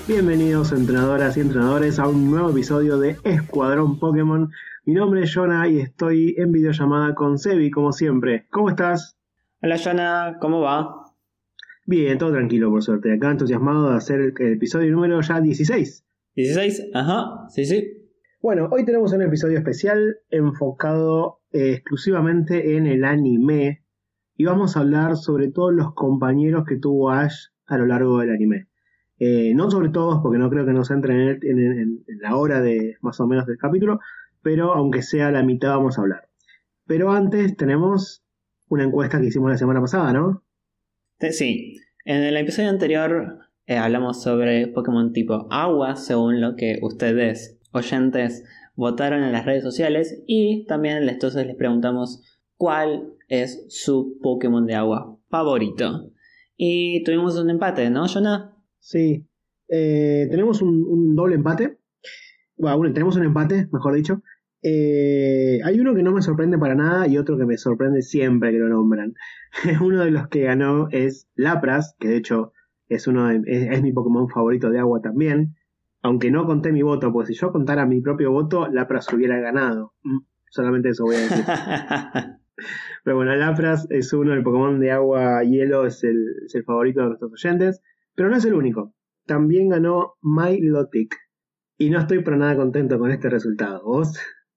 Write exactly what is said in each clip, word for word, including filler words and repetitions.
Bienvenidos entrenadoras y entrenadores a un nuevo episodio de Escuadrón Pokémon. Mi nombre es Jonah y estoy en videollamada con Sebi, como siempre. ¿Cómo estás? Hola Jonah, ¿cómo va? Bien, todo tranquilo por suerte. Acá entusiasmado de hacer el, el episodio número ya dieciséis. ¿dieciséis? Ajá, sí, sí. Bueno, hoy tenemos un episodio especial enfocado eh, exclusivamente en el anime. Y vamos a hablar sobre todos los compañeros que tuvo Ash a lo largo del anime. Eh, no sobre todos, porque no creo que nos entren en, el, en, en, en la hora de más o menos del capítulo, pero aunque sea la mitad vamos a hablar. Pero antes tenemos una encuesta que hicimos la semana pasada, ¿no? Sí, en el episodio anterior eh, hablamos sobre Pokémon tipo agua, según lo que ustedes, oyentes, votaron en las redes sociales, y también entonces les preguntamos cuál es su Pokémon de agua favorito. Y tuvimos un empate, ¿no, Jonah? Sí, eh, tenemos un, un doble empate. Bueno, tenemos un empate, mejor dicho. Eh, hay uno que no me sorprende para nada y otro que me sorprende siempre que lo nombran. Uno de los que ganó es Lapras, que de hecho es, uno de, es, es mi Pokémon favorito de agua también. Aunque no conté mi voto, porque si yo contara mi propio voto, Lapras hubiera ganado. Solamente eso voy a decir. Pero bueno, Lapras es uno del Pokémon de agua hielo, es el, es el favorito de nuestros oyentes. Pero no es el único. También ganó Milotic. Y no estoy para nada contento con este resultado. ¿Vos?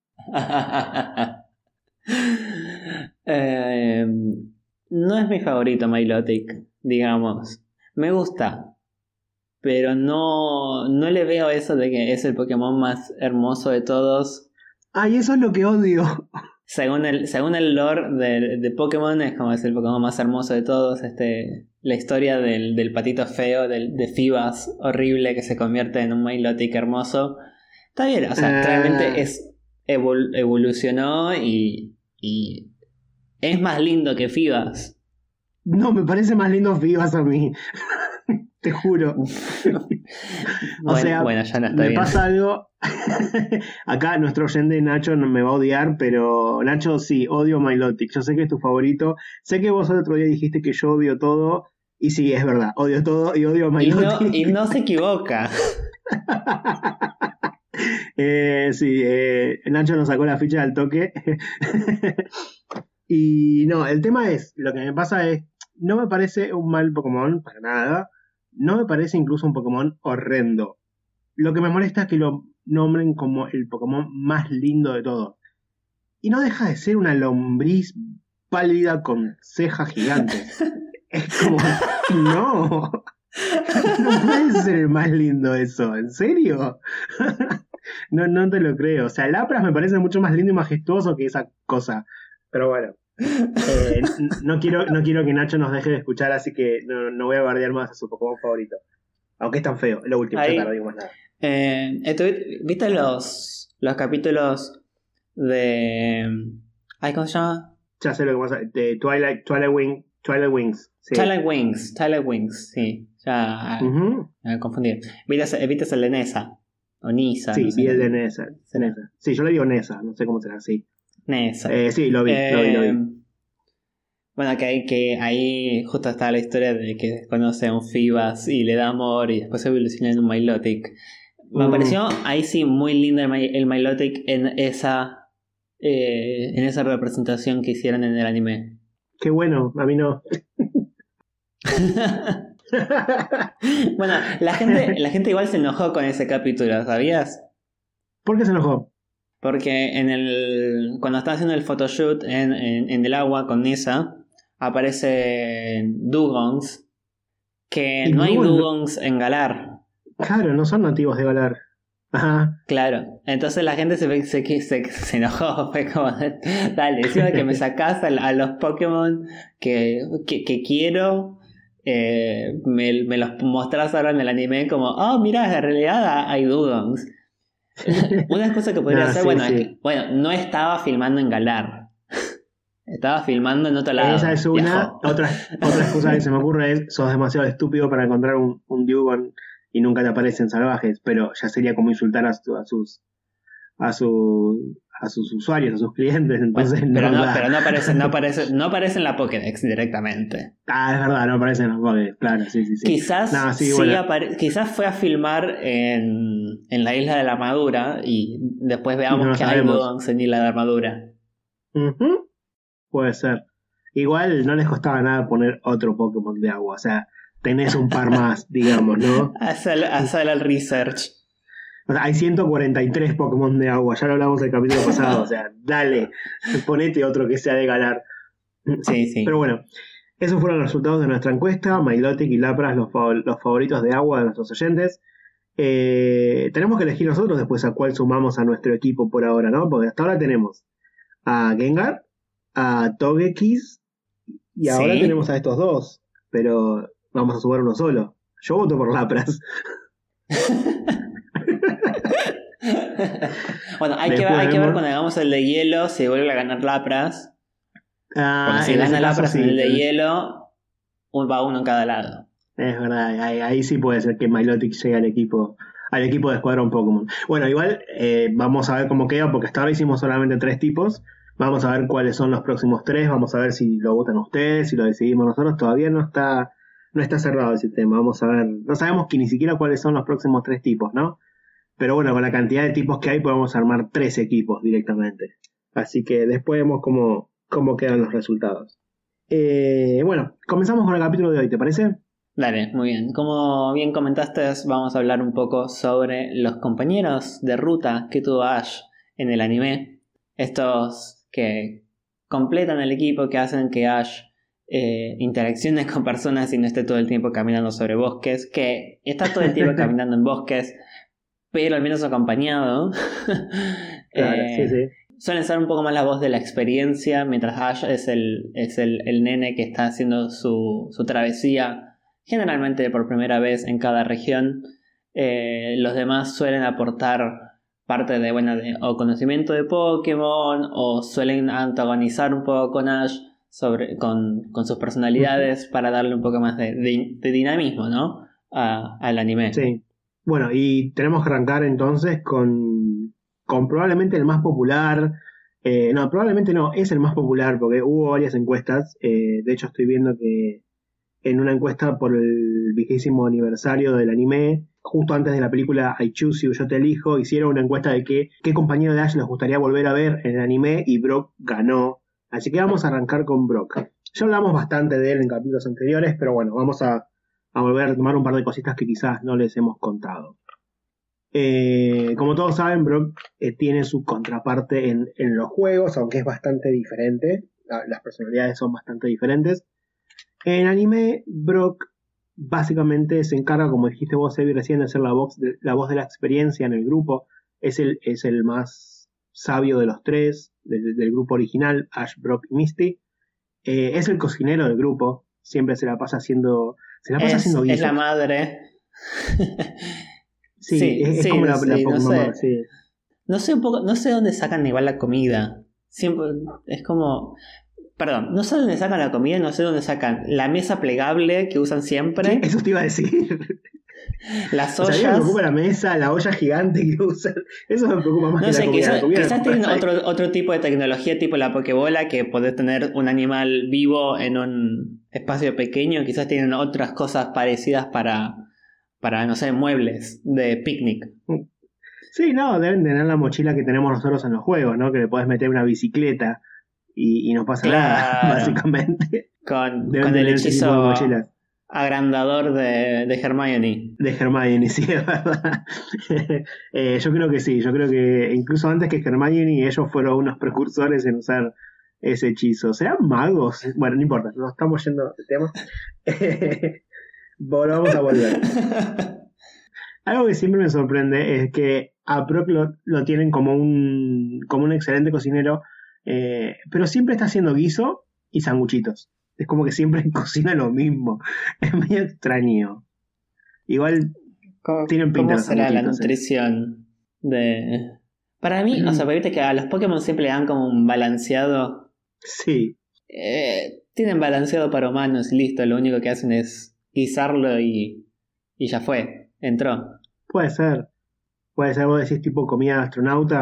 eh, no es mi favorito Milotic, digamos. Me gusta, pero no, no le veo eso de que es el Pokémon más hermoso de todos. Ay, eso es lo que odio. Según el, según el lore de, de Pokémon, es como es el Pokémon más hermoso de todos. Este, la historia del, del patito feo, del, de Fibas horrible que se convierte en un Milotic hermoso. Está bien, o sea, uh... claramente es, evol, evolucionó y, y es más lindo que Fibas. No, me parece más lindo Fibas a mí. Te juro. O bueno, sea, bueno, ya no está me bien. pasa algo. Acá nuestro oyente Nacho me va a odiar, pero Nacho, sí, odio Milotic. Yo sé que es tu favorito. Sé que vos el otro día dijiste que yo odio todo. Y sí, es verdad, odio todo y odio Milotic. Y no, y no se equivoca. eh, sí, eh, Nacho nos sacó la ficha del toque. Y no, el tema es, lo que me pasa es, no me parece un mal Pokémon, para nada. No me parece incluso un Pokémon horrendo. Lo que me molesta es que lo nombren como el Pokémon más lindo de todos. Y no deja de ser una lombriz pálida con cejas gigantes. Es como, no. No puede ser el más lindo eso, ¿en serio? No, no te lo creo. O sea, Lapras me parece mucho más lindo y majestuoso que esa cosa. Pero bueno. Eh, no, quiero, no quiero que Nacho nos deje de escuchar, así que no, no voy a bardear más a su Pokémon favorito. Aunque es tan feo, es lo último, Ahí, ya no digo más nada. Eh, ¿Viste los, los capítulos de... Ay, ¿cómo se llama? Ya sé lo que pasa. De Twilight, Twilight, Wing, Twilight Wings. Sí. Twilight Wings, Twilight Wings, sí. Ya uh-huh. me confundí. ¿Viste, ¿Viste el de Nessa? O Nisa. Sí, no sé vi el de Nessa, Nessa. Sí, yo le digo Nessa, no sé cómo será, sí. Nessa. Eh, sí, lo vi, eh, lo vi, lo vi. Bueno, que, hay, que ahí justo está la historia de que conoce a un Fibas y le da amor y después evoluciona en un Milotic. Me mm. pareció ahí sí muy lindo el, el Milotic en esa eh, en esa representación que hicieron en el anime. Qué bueno, a mí no. Bueno, la gente, la gente igual se enojó con ese capítulo, ¿sabías? ¿Por qué se enojó? Porque en el cuando están haciendo el photoshoot en, en, en el agua con Nessa, aparecen Dugongs, que no hay Dugongs en Galar. Claro, no son nativos de Galar. Ajá. Claro, entonces la gente se, se, se, se enojó, fue como, dale, encima que me sacás a, a los Pokémon que, que, que quiero, eh, me, me los mostrás ahora en el anime como, oh, mira, en realidad hay Dugongs. Una cosa que podría no, hacer, sí, bueno, sí. Es que, bueno, no estaba filmando en Galar. Estaba filmando en otro lado. Esa es una. Otra, otra excusa que se me ocurre es: sos demasiado estúpido para encontrar un, un Dugong y nunca te aparecen salvajes. Pero ya sería como insultar a, a sus a su a sus usuarios, a sus clientes, entonces bueno, pero, no, no, da. pero no aparece, no aparece, no aparece en la Pokédex directamente. Ah, es verdad, no aparecen los Pokédex, claro, sí, sí, sí. Quizás no, sí, sí bueno. apare- quizás fue a filmar en, en la Isla de la Armadura y después veamos No lo que hay sabemos. Dodons en Isla de la Armadura. Uh-huh. Puede ser. Igual no les costaba nada poner otro Pokémon de agua, o sea, tenés un par más, digamos, ¿no? Hacer, hacer el research. O sea, hay ciento cuarenta y tres Pokémon de agua, ya lo hablamos el capítulo pasado, o sea, dale, ponete otro que sea de ganar. Sí, sí. Pero bueno, esos fueron los resultados de nuestra encuesta, Milotic y Lapras, los, fav- los favoritos de agua de nuestros oyentes. Eh, tenemos que elegir nosotros después a cuál sumamos a nuestro equipo por ahora, ¿no? Porque hasta ahora tenemos a Gengar, a Togekiss y ahora Sí. tenemos a estos dos, pero vamos a sumar uno solo. Yo voto por Lapras. Bueno, hay que, Después hay que ver vemos- cuando hagamos el de hielo si vuelve a ganar Lapras. Ah, Porque si en ese gana caso Lapras sí, en el de tenés- hielo, un- va uno en cada lado. Es verdad, ahí, ahí sí puede ser que Milotic llegue al equipo, al equipo de Escuadrón Pokémon. Bueno, igual eh, vamos a ver cómo queda, porque hasta ahora hicimos solamente tres tipos. Vamos a ver cuáles son los próximos tres, vamos a ver si lo votan ustedes, si lo decidimos nosotros. Todavía no está, no está cerrado el sistema. Vamos a ver, no sabemos que ni siquiera cuáles son los próximos tres tipos, ¿no? Pero bueno, con la cantidad de tipos que hay podemos armar tres equipos directamente. Así que después vemos cómo, cómo quedan los resultados. Eh, bueno, comenzamos con el capítulo de hoy, ¿te parece? Dale, muy bien. Como bien comentaste, vamos a hablar un poco sobre los compañeros de ruta que tuvo Ash en el anime. Estos que completan el equipo, que hacen que Ash eh, interaccione con personas y no esté todo el tiempo caminando sobre bosques, que está todo el tiempo caminando en bosques, pero al menos acompañado. Claro, Eh, sí, sí. Suelen ser un poco más la voz de la experiencia, mientras Ash es el, es el, el nene que está haciendo su, su travesía, generalmente por primera vez en cada región. Eh, los demás suelen aportar parte de, bueno, de o conocimiento de Pokémon, o suelen antagonizar un poco con Ash sobre, con, con sus personalidades, uh-huh, para darle un poco más de, de, de dinamismo, ¿no? A, al anime. Sí. Bueno, y tenemos que arrancar entonces con, con probablemente el más popular. Eh, no, probablemente no, es el más popular porque hubo varias encuestas. Eh, de hecho, estoy viendo que en una encuesta por el vigésimo aniversario del anime, justo antes de la película I Choose You, Yo Te Elijo, hicieron una encuesta de qué, qué compañero de Ash les gustaría volver a ver en el anime, y Brock ganó. Así que vamos a arrancar con Brock. Ya hablamos bastante de él en capítulos anteriores, pero bueno, vamos a, a volver a tomar un par de cositas que quizás no les hemos contado. Eh, como todos saben, Brock eh, tiene su contraparte en, en los juegos, aunque es bastante diferente. La, las personalidades son bastante diferentes. En anime, Brock básicamente se encarga, como dijiste vos, Evi, recién, de ser la voz de la, voz de la experiencia en el grupo. Es el, es el más sabio de los tres, del, del grupo original, Ash, Brock y Misty. Eh, es el cocinero del grupo. Siempre se la pasa haciendo, se la pasa es, haciendo guisos. Es la madre. Sí, sí, es, es sí, como la, sí, la no mamá, sé. sí. No sé un poco, no sé dónde sacan igual la comida. Siempre es como, perdón, no sé dónde sacan la comida, no sé dónde sacan la mesa plegable que usan siempre. Sí, eso te iba a decir. Las ollas. O sea, a mí me preocupa la mesa, la olla gigante que usan. Eso me preocupa más no que sé, la comida. Quizás, la comida quizás la tienen otro, otro tipo de tecnología, tipo la Pokébola, que podés tener un animal vivo en un espacio pequeño. Quizás tienen otras cosas parecidas para, para no sé, muebles de picnic. Sí, no, deben tener la mochila que tenemos nosotros en los juegos, ¿no? Que le podés meter una bicicleta y, y no pasa claro. nada, básicamente. Con, con el hechizo agrandador de, de Hermione. De Hermione, sí, es verdad. eh, yo creo que sí, yo creo que incluso antes que Hermione, ellos fueron unos precursores en usar ese hechizo. ¿Serán magos? Bueno, no importa, nos estamos yendo de tema. Volvamos a volver. Algo que siempre me sorprende es que a Brock lo, lo tienen como un, como un excelente cocinero, eh, pero siempre está haciendo guiso y sanguchitos. Es como que siempre cocina lo mismo. Es medio extraño. Igual ¿Cómo, tienen pinta ¿cómo los será la eh? nutrición de...? Para mí, mm. o sea, viste que a los Pokémon siempre le dan como un balanceado. Sí. Eh, tienen balanceado para humanos y listo. Lo único que hacen es guisarlo y, y ya fue. Entró. Puede ser. Puede ser, vos decís tipo comida de astronauta.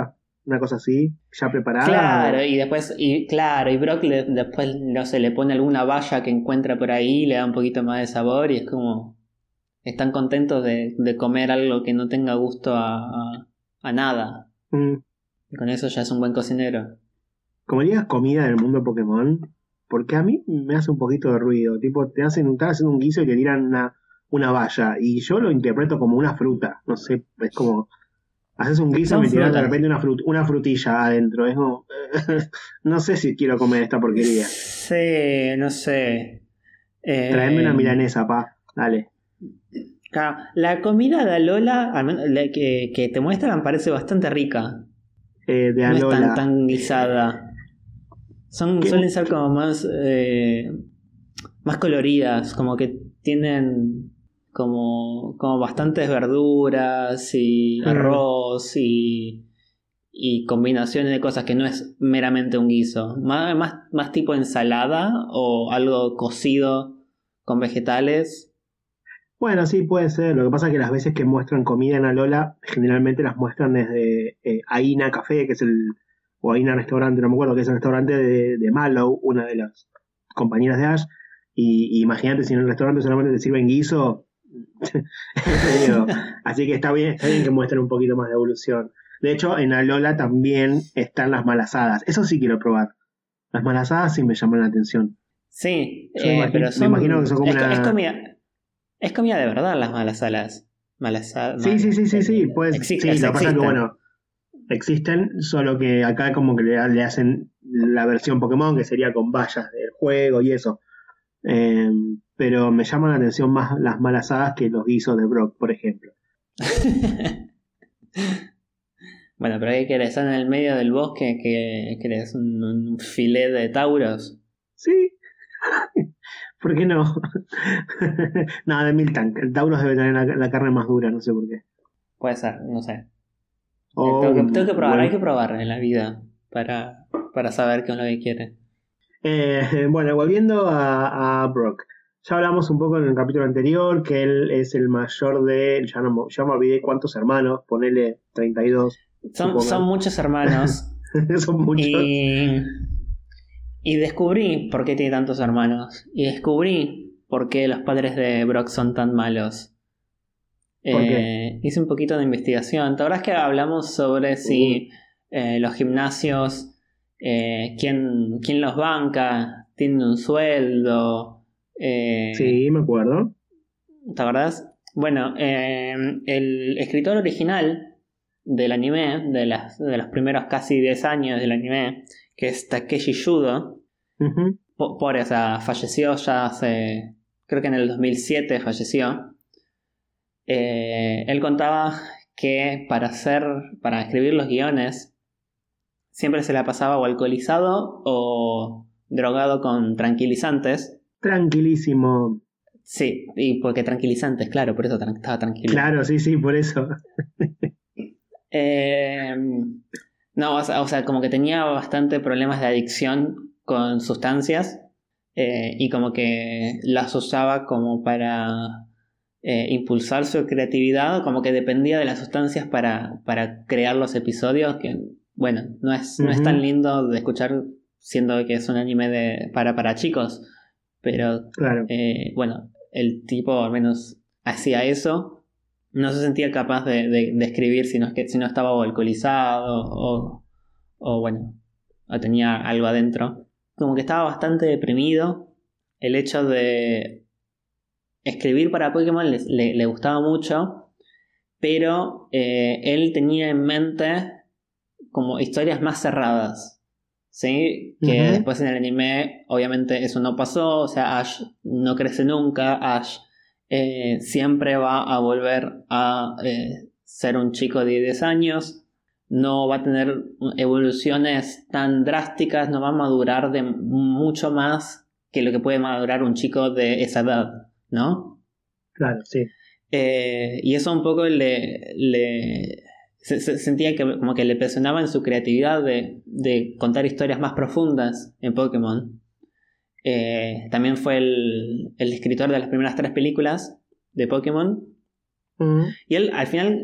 una cosa así, ya preparada. Claro, o... y después, y claro, y Brock le, después, no sé, le pone alguna valla que encuentra por ahí, le da un poquito más de sabor y es como, están contentos de, de comer algo que no tenga gusto a, a, a nada. Mm. Y con eso ya es un buen cocinero. Como digas comida del mundo Pokémon, porque a mí me hace un poquito de ruido. Tipo, te hacen, están haciendo un guiso y te tiran una, una valla. Y yo lo interpreto como una fruta. No sé, es como. Haces un guiso y Son me tiras de frutas. repente una, frut, una frutilla adentro. Es como. No sé si quiero comer esta porquería. Sí, no sé. Traeme una Eh, milanesa, pa. Dale. claro, la comida de Alola, al menos la que, que te muestran, parece bastante rica. Eh, de No es tan, Alola. tan Eh, guisada. Son, ¿qué? suelen ser como más, eh, más coloridas, como que tienen como, como bastantes verduras y Mm. arroz y, y combinaciones de cosas que no es meramente un guiso. Más, más, más tipo ensalada o algo cocido con vegetales. Bueno, sí, puede ser. Lo que pasa es que las veces que muestran comida en Alola, generalmente las muestran desde eh, Aina Café, que es el. O Aina Restaurante, no me acuerdo, que es el restaurante de, de Mallow, una de las compañeras de Ash. Y, y imagínate si en el restaurante solamente te sirven guiso. Es medio. Así que está bien, está bien que muestren un poquito más de evolución. De hecho, en Alola también están las malasadas. Eso sí quiero probar. Las malasadas sí me llaman la atención. Sí, Yo me eh, imagino, pero me imagino que son. son como Es, es una. comida. Es comida de verdad las malas alas. Malas a- Sí, sí, mal- sí, sí, sí. eh, Pues exi- sí, o sea, lo que pasa es que, existen. bueno, existen, solo que acá como que le, le hacen la versión Pokémon, que sería con vallas del juego y eso. Eh, pero me llaman la atención más las malas hadas que los guisos de Brock, por ejemplo. Bueno, pero ¿qué querés? ¿Están en el medio del bosque? ¿Qué querés? ¿Un, un filet de tauros? Sí, ¿por qué no? No, de Miltank. El Tauros debe tener la, la carne más dura, no sé por qué. Puede ser, no sé. O Eh, tengo que, un tengo que probar, buen. hay que probar en la vida para, para saber qué es lo que quiere. Eh, bueno, volviendo a, a Brock. Ya hablamos un poco en el capítulo anterior que él es el mayor de. Ya, no, me- ya me olvidé cuántos hermanos, ponele treinta y dos, Son, son supongan. muchos hermanos Son muchos. y, y descubrí por qué tiene tantos hermanos. Y descubrí por qué los padres de Brock son tan malos. ¿Por qué? Eh, hice un poquito de investigación. ¿Te acuerdas que hablamos sobre Uh, si eh, los gimnasios, eh, quién, quién los banca, tienen un sueldo? Eh, sí, me acuerdo. ¿Te acordás? Bueno, eh, el escritor original del anime, de, las, de los primeros casi diez años del anime, que es Takeshi Yudo, Ujú. po- pobre, o sea, falleció ya hace, creo que en el dos mil siete falleció. Eh, él contaba que para hacer, para escribir los guiones, siempre se la pasaba o alcoholizado o drogado con tranquilizantes. Tranquilísimo. Sí, y porque tranquilizantes, claro, por eso tran- estaba tranquilo. Claro, sí, sí, por eso. Eh, no, o sea, o sea, como que tenía bastante problemas de adicción con sustancias eh, y como que las usaba como para eh, impulsar su creatividad, como que dependía de las sustancias para, para crear los episodios, que bueno, no es, no es tan Ujú. lindo de escuchar siendo que es un anime de, para, para chicos, pero Claro. eh, bueno, el tipo al menos hacía eso. No se sentía capaz de, de, de escribir si no, es que, si no estaba o alcoholizado o, o bueno, o tenía algo adentro. Como que estaba bastante deprimido. El hecho de escribir para Pokémon le, le, le gustaba mucho, pero eh, él tenía en mente como historias más cerradas. ¿Sí? Que Ujú. después en el anime, obviamente, eso no pasó. O sea, Ash no crece nunca. Ash eh, siempre va a volver a eh, ser un chico de diez años. No va a tener evoluciones tan drásticas. No va a madurar de mucho más que lo que puede madurar un chico de esa edad, ¿no? Claro, sí. Eh, y eso un poco le, le se, se sentía que como que le presionaba en su creatividad de, de contar historias más profundas en Pokémon. Eh, también fue el, el escritor de las primeras tres películas de Pokémon. Ujú. Y él al final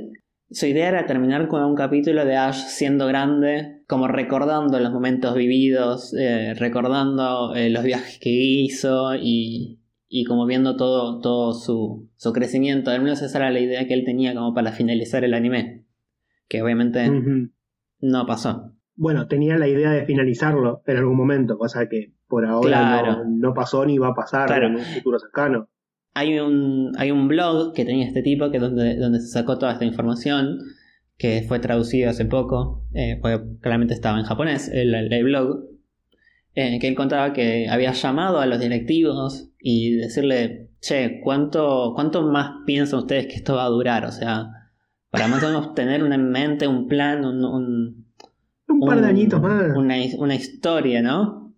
Su idea era terminar con un capítulo de Ash siendo grande, como recordando los momentos vividos, eh, recordando eh, los viajes que hizo y, y como viendo todo, todo su, su crecimiento. Al menos esa era la idea que él tenía como para finalizar el anime, que obviamente Ujú. no pasó. Bueno, tenía la idea de finalizarlo en algún momento, cosa que por ahora no, Claro, no pasó ni va a pasar claro. en un futuro cercano. Hay un, hay un blog que tenía este tipo que donde, donde se sacó toda esta información, que fue traducido hace poco, eh, porque claramente estaba en japonés el, el blog, eh, que él contaba que había llamado a los directivos y decirle, che, ¿cuánto, cuánto más piensan ustedes que esto va a durar? O sea, para más o menos tener una en mente, un plan, un, un, Un par de añitos un- más. una, una historia, ¿no?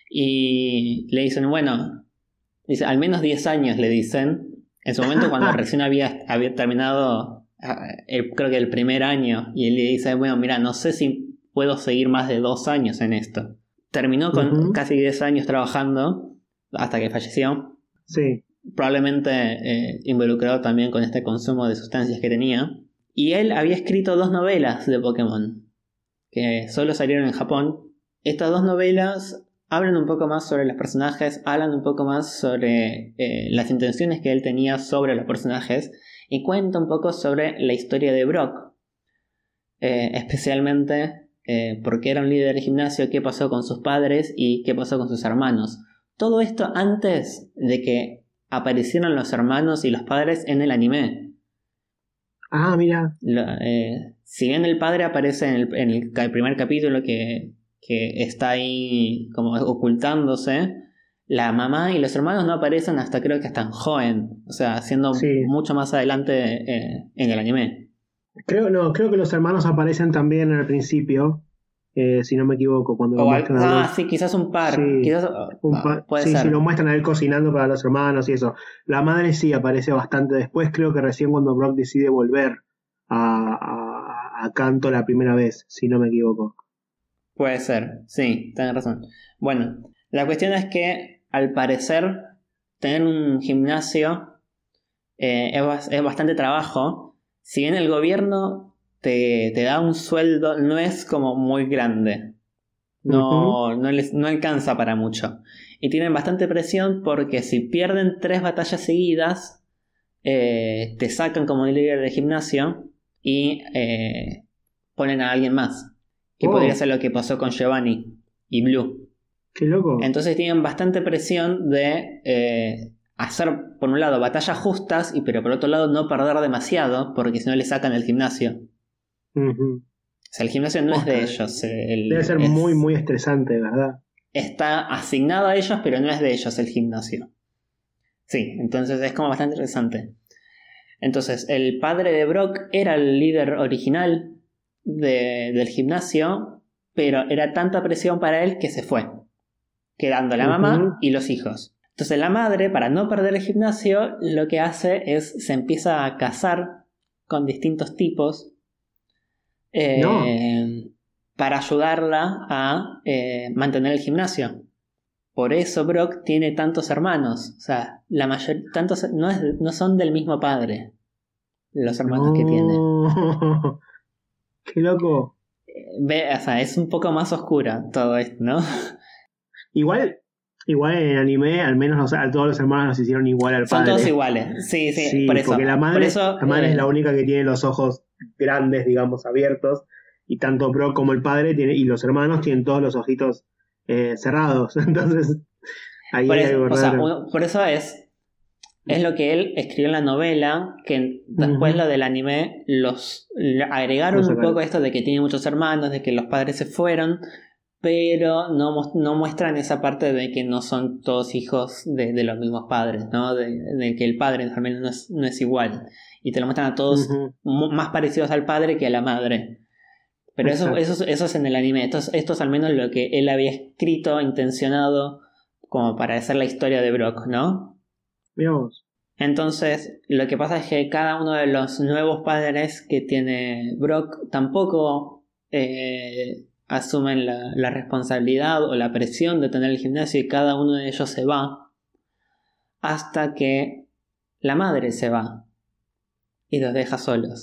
Y le dicen, bueno, dice, al menos diez años le dicen. En su momento cuando recién había, había terminado, ah, el- creo que el primer año, y él le dice, bueno, mira, no sé si puedo seguir más de dos años en esto. Terminó con Ujú. casi diez años trabajando hasta que falleció. Sí. Probablemente eh, involucrado también con este consumo de sustancias que tenía. Y él había escrito dos novelas de Pokémon, que solo salieron en Japón. Estas dos novelas hablan un poco más sobre los personajes, hablan un poco más sobre eh, las intenciones que él tenía sobre los personajes y cuenta un poco sobre la historia de Brock, eh, especialmente eh, por qué era un líder de gimnasio, qué pasó con sus padres y qué pasó con sus hermanos. Todo esto antes de que aparecieran los hermanos y los padres en el anime. Ah, mira. Lo- eh, si bien el padre aparece en el, en el ca- primer capítulo que, que está ahí como ocultándose, la mamá y los hermanos no aparecen hasta creo que hasta joven, o sea, siendo Sí. mucho más adelante eh, en el anime. Creo, no, creo que los hermanos aparecen también al principio, eh, si no me equivoco, cuando lo O al- muestran a ah, Brock. sí, quizás un par, Sí, quizás ah, un ah, pa- puede sí, sí, ser. lo muestran a él cocinando para los hermanos y eso. La madre sí aparece bastante después, creo que recién cuando Brock decide volver a, a, a Kanto la primera vez, si no me equivoco. Puede ser, sí, tenés razón. Bueno, la cuestión es que al parecer tener un gimnasio eh, es, bas- es bastante trabajo. Si bien el gobierno te, te da un sueldo, no es como muy grande. Ujú. No, no, les, no alcanza para mucho. Y tienen bastante presión porque si pierden tres batallas seguidas, eh, te sacan como líder de gimnasio y eh, ponen a alguien más. Que podría Oh, ser lo que pasó con Giovanni y Blue. qué loco. Entonces tienen bastante presión de eh, hacer, por un lado, batallas justas, y pero por otro lado no perder demasiado, porque si no le sacan el gimnasio. Ujú. O sea, el gimnasio no es Posta, de eh. ellos. Debe el- ser muy, es- muy estresante, ¿verdad? está asignado a ellos, pero no es de ellos el gimnasio. Sí, entonces es como bastante interesante. Entonces, el padre de Brock era el líder original de- del gimnasio, pero era tanta presión para él que se fue, quedando la mamá Ujú. y los hijos. Entonces la madre, para no perder el gimnasio, lo que hace es se empieza a casar con distintos tipos No, eh, para ayudarla a eh, mantener el gimnasio. Por eso Brock tiene tantos hermanos. O sea, la mayor, tantos, no, es, no son del mismo padre los hermanos que tiene. no. Qué loco. Ve, o sea, es un poco más oscura todo esto, ¿no? Igual, igual en el anime, al menos los- a todos los hermanos los hicieron igual al Son todos padre. iguales. Sí, sí, Sí, por eso. porque la Por madre, eso la madre es eh, la única que tiene los ojos grandes, digamos, abiertos. Y tanto Brock como el padre tiene, y los hermanos tienen todos los ojitos eh, cerrados. Entonces, ahí por hay eso, algo o sea, raro. uno- por eso es. Es lo que él escribió en la novela, que después Ujú. lo del anime los le Lo agregaron un sacaron. poco esto de que tiene muchos hermanos, de que los padres se fueron, pero no, mos- no muestran esa parte de que no son todos hijos de, de los mismos padres, ¿no? De, de que el padre al menos no es, no es igual. Y te lo muestran a todos Ujú. mu- más parecidos al padre que a la madre. Pero eso, Exacto. eso, eso es en el anime. Esto es, esto es al menos lo que él había escrito, intencionado, como para hacer la historia de Brock, ¿no? Mirá vos. Entonces, lo que pasa es que cada uno de los nuevos padres que tiene Brock tampoco eh, asumen la, la responsabilidad o la presión de tener el gimnasio, y cada uno de ellos se va hasta que la madre se va y los deja solos.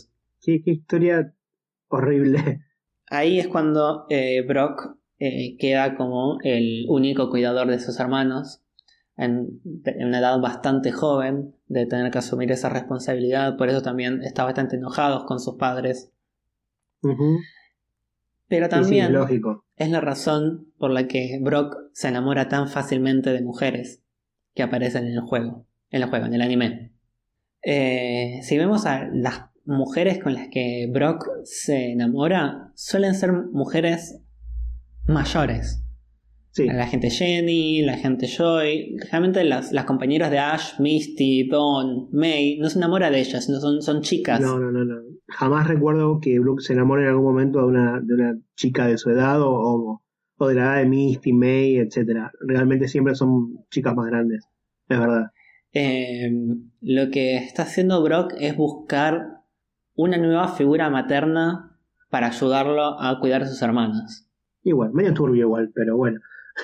Qué, qué historia horrible. Ahí es cuando eh, Brock eh, queda como el único cuidador de sus hermanos, en, en una edad bastante joven, de tener que asumir esa responsabilidad. Por eso también está bastante enojado con sus padres. Uh-huh. Pero Sí, sí, es también lógico. es la razón por la que Brock se enamora tan fácilmente de mujeres que aparecen en el juego, en el juego, en el anime. Eh, si vemos a las mujeres con las que Brock se enamora, suelen ser mujeres mayores. Sí. La gente Jenny, la gente Joy, realmente las, las compañeras de Ash, Misty, Dawn, May, no se enamora de ellas, no son, son chicas. No, no, no, no. Jamás recuerdo que Brooke se enamore en algún momento de una, de una chica de su edad o, o, o de la edad de Misty, May, etcétera. Realmente siempre son chicas más grandes, es verdad. Eh, lo que está haciendo Brock es buscar una nueva figura materna para ayudarlo a cuidar a sus hermanas. Igual, medio turbio igual, pero bueno.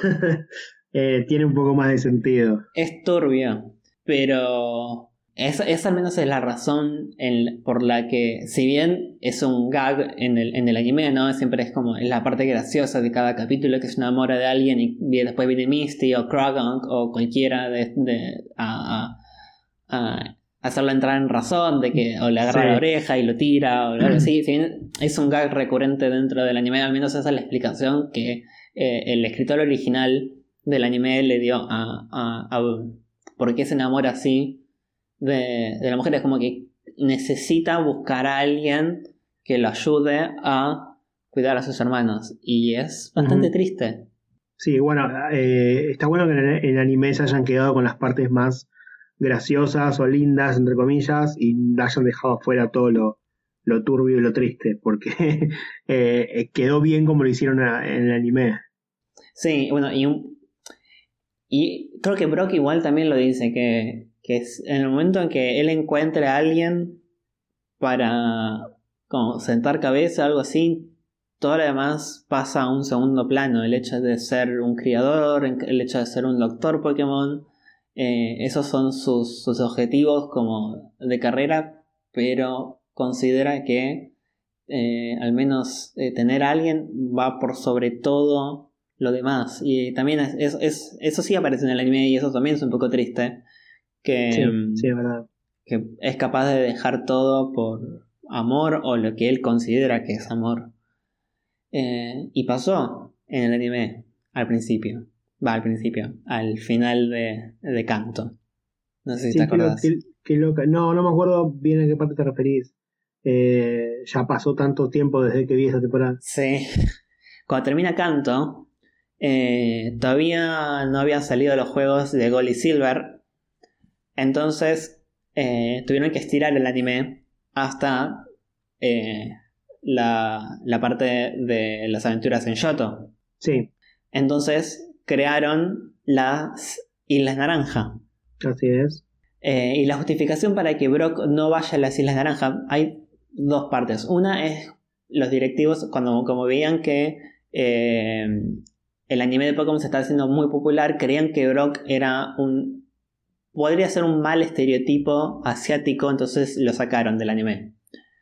eh, tiene un poco más de sentido. Es turbio, pero esa, esa al menos es la razón en, por la que, si bien es un gag en el, en el anime, ¿no? Siempre es como la parte graciosa de cada capítulo, que se enamora de alguien y después viene Misty o Kragunk o cualquiera de, de, a, a, a hacerlo entrar en razón, de que o le agarra Sí. la oreja y lo tira o algo así. Si bien es un gag recurrente dentro del anime, al menos esa es la explicación que eh, el escritor original del anime le dio a, a, a por qué se enamora así de, de la mujer. Es como que necesita buscar a alguien que lo ayude a cuidar a sus hermanos, y es bastante Uh-huh. triste. Sí, bueno, eh, está bueno que en el, en el anime se hayan quedado con las partes más graciosas o lindas, entre comillas, y hayan dejado fuera todo lo, lo turbio y lo triste, porque eh, quedó bien como lo hicieron a, en el anime. Sí, bueno, y, un, y creo que Brock igual también lo dice, que, que es en el momento en que él encuentre a alguien para como sentar cabeza, algo así, todo lo demás pasa a un segundo plano. El hecho de ser un criador, el hecho de ser un doctor Pokémon, eh, esos son sus, sus objetivos como de carrera, pero considera que eh, al menos eh, tener a alguien va por sobre todo lo demás. Y también es, es, es, eso sí aparece en el anime, y eso también es un poco triste, que, Sí, sí, es verdad. que es capaz de dejar todo por amor o lo que él considera que es amor. Eh, y pasó en el anime al principio. Va, al principio, al final de, de Kanto. No sé si te Sí, qué, lo- acordás. qué- qué loca. No, no me acuerdo bien a qué parte te referís. Eh, ya pasó tanto tiempo desde que vi esa temporada. Sí. Cuando termina Kanto, eh, todavía no habían salido los juegos de Gold y Silver. Entonces eh, tuvieron que estirar el anime hasta eh, la, la parte de las aventuras en Johto. Sí, Entonces crearon las Islas Naranja. así es. Eh, y la justificación para que Brock no vaya a las Islas Naranja, hay dos partes. Una es los directivos, cuando como veían que eh, el anime de Pokémon se estaba haciendo muy popular, creían que Brock era un... podría ser un mal estereotipo asiático, entonces lo sacaron del anime.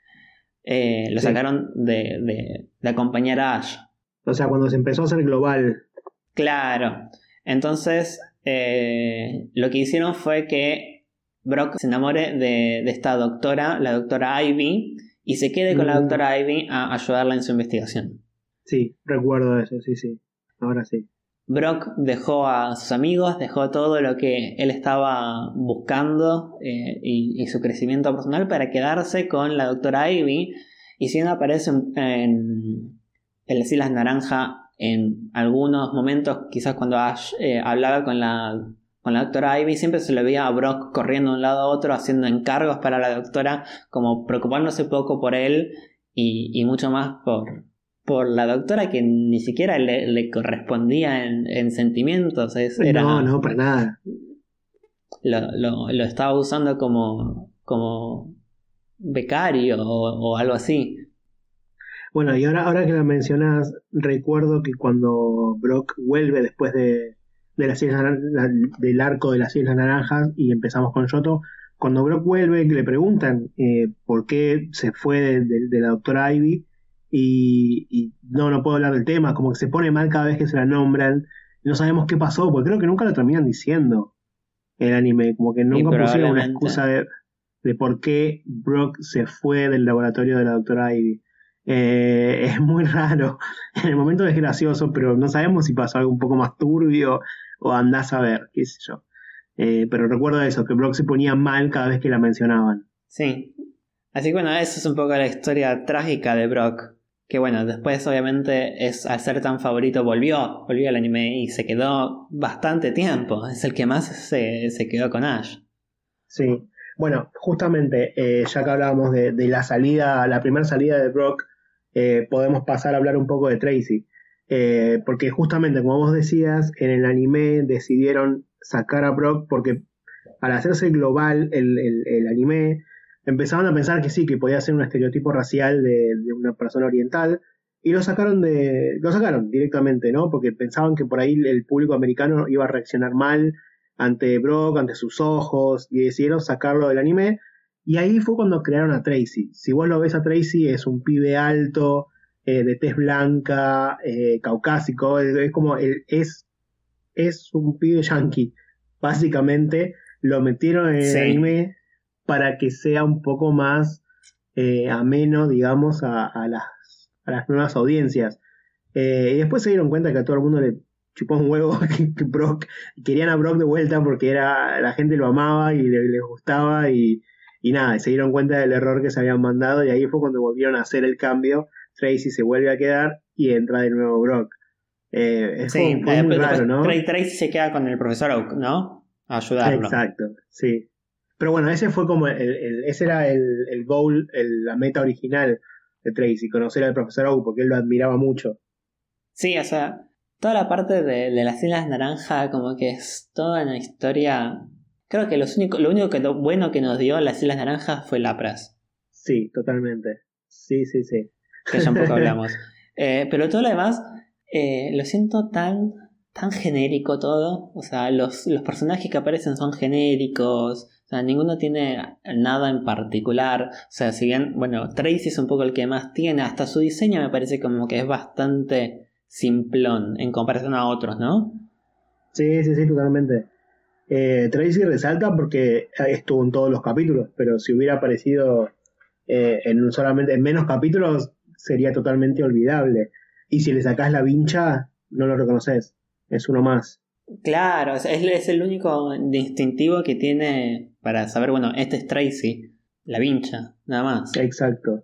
Eh, lo Sí. sacaron de, de, de acompañar a Ash. O sea, cuando se empezó a hacer global. Claro. Entonces, eh, lo que hicieron fue que Brock se enamore de, de esta doctora, la doctora Ivy, y se quede con la Mm, doctora Ivy a ayudarla en su investigación. sí, recuerdo eso, sí, sí. Ahora sí. Brock dejó a sus amigos, dejó todo lo que él estaba buscando eh, y, y su crecimiento personal para quedarse con la doctora Ivy. Y si no aparece en, en, en las Islas Naranja en algunos momentos, quizás cuando Ash eh, hablaba con la, con la doctora Ivy, siempre se le veía a Brock corriendo de un lado a otro, haciendo encargos para la doctora, como preocupándose poco por él y, y mucho más por... por la doctora, que ni siquiera le, le correspondía en, en sentimientos. Es, era, No, no, para nada. Lo, lo, lo estaba usando como, como becario o, o algo así. Bueno, y ahora, ahora que la mencionas, recuerdo que cuando Brock vuelve después de, de las Islas Naran- la- del arco de las Islas Naranjas y empezamos con Yoto, cuando Brock vuelve, le preguntan eh, por qué se fue de, de- de la doctora Ivy y, y no, no puedo hablar del tema, como que se pone mal cada vez que se la nombran. No sabemos qué pasó, porque creo que nunca lo terminan diciendo el anime, como que Y nunca pusieron una probablemente. excusa de, de por qué Brock se fue del laboratorio de la doctora Ivy. Eh, es muy raro. En el momento es gracioso, pero no sabemos si pasó algo un poco más turbio o andás a ver, qué sé yo. Eh, pero recuerdo eso, que Brock se ponía mal cada vez que la mencionaban. Sí. Así que bueno, eso es un poco la historia trágica de Brock. Que bueno, después obviamente es al ser tan favorito volvió, volvió al anime y se quedó bastante tiempo. Es el que más se, se quedó con Ash. Sí. Bueno, justamente, eh, ya que hablábamos de, de la salida, la primera salida de Brock, eh, podemos pasar a hablar un poco de Tracy. Eh, porque justamente, como vos decías, en el anime decidieron sacar a Brock porque al hacerse global el, el, el anime, empezaban a pensar que sí, que podía ser un estereotipo racial de, de una persona oriental, y lo sacaron de, lo sacaron directamente, ¿no? Porque pensaban que por ahí el público americano iba a reaccionar mal ante Brock, ante sus ojos, y decidieron sacarlo del anime. Y ahí fue cuando crearon a Tracy. Si vos lo ves a Tracy, es un pibe alto, eh, de tez blanca, eh, caucásico, es, es como, el- es, es un pibe yankee. Básicamente lo metieron en el Sí. anime para que sea un poco más eh, ameno, digamos, a, a las, a las nuevas audiencias. Eh, y después se dieron cuenta que a todo el mundo le chupó un huevo que, que Brock, querían a Brock de vuelta porque era, la gente lo amaba y le, les gustaba y, y nada, y se dieron cuenta del error que se habían mandado y ahí fue cuando volvieron a hacer el cambio. Tracy se vuelve a quedar y entra de nuevo Brock. Eh, fue, Sí, fue eh, muy pues raro, después ¿no? Trey Tracy se queda con el profesor Oak, ¿no? A ayudarlo. Exacto, sí. Pero bueno, ese fue como el, el- ese era el, el goal, el- la meta original de Tracy, conocer al profesor Oak porque él lo admiraba mucho. Sí, o sea, toda la parte de, de las Islas Naranja, como que es toda una historia. Creo que los único, lo único que lo bueno que nos dio las Islas Naranjas fue Lapras, Sí, totalmente. Sí, sí, sí. que ya un poco hablamos. Eh, pero todo lo demás, eh, lo siento tan, tan genérico todo. O sea, los, los personajes que aparecen son genéricos. O sea, ninguno tiene nada en particular. O sea, si bien, bueno, Tracy es un poco el que más tiene, hasta su diseño me parece como que es bastante simplón en comparación a otros, ¿no? Sí, sí, sí, totalmente. Eh, Tracy resalta porque estuvo en todos los capítulos, pero si hubiera aparecido eh, en solamente en menos capítulos sería totalmente olvidable. Y si le sacás la vincha, no lo reconoces. Es uno más. Claro, o sea, es, es el único distintivo que tiene para saber, bueno, este es Tracy, la vincha, nada más. Exacto.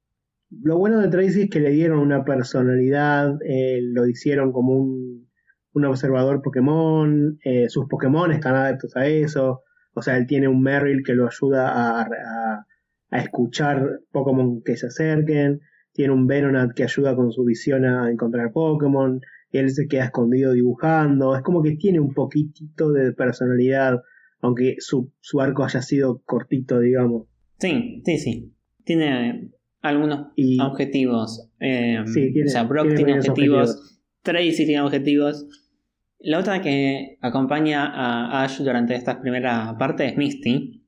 Lo bueno de Tracy es que le dieron una personalidad, eh, lo hicieron como un, un observador Pokémon, eh, sus Pokémon están adeptos a eso, o sea, él tiene un Merrill que lo ayuda a, a- a escuchar Pokémon que se acerquen, tiene un Venonat que ayuda con su visión a encontrar Pokémon, y él se queda escondido dibujando, es como que tiene un poquitito de personalidad, aunque su, su arco haya sido cortito, digamos. Sí, sí, sí. Tiene algunos Y objetivos. Eh, sí, o sea, tiene, Brock tiene tiene pequeños objetivos. objetivos, Tracy tiene objetivos. La otra que acompaña a Ash durante esta primera parte es Misty.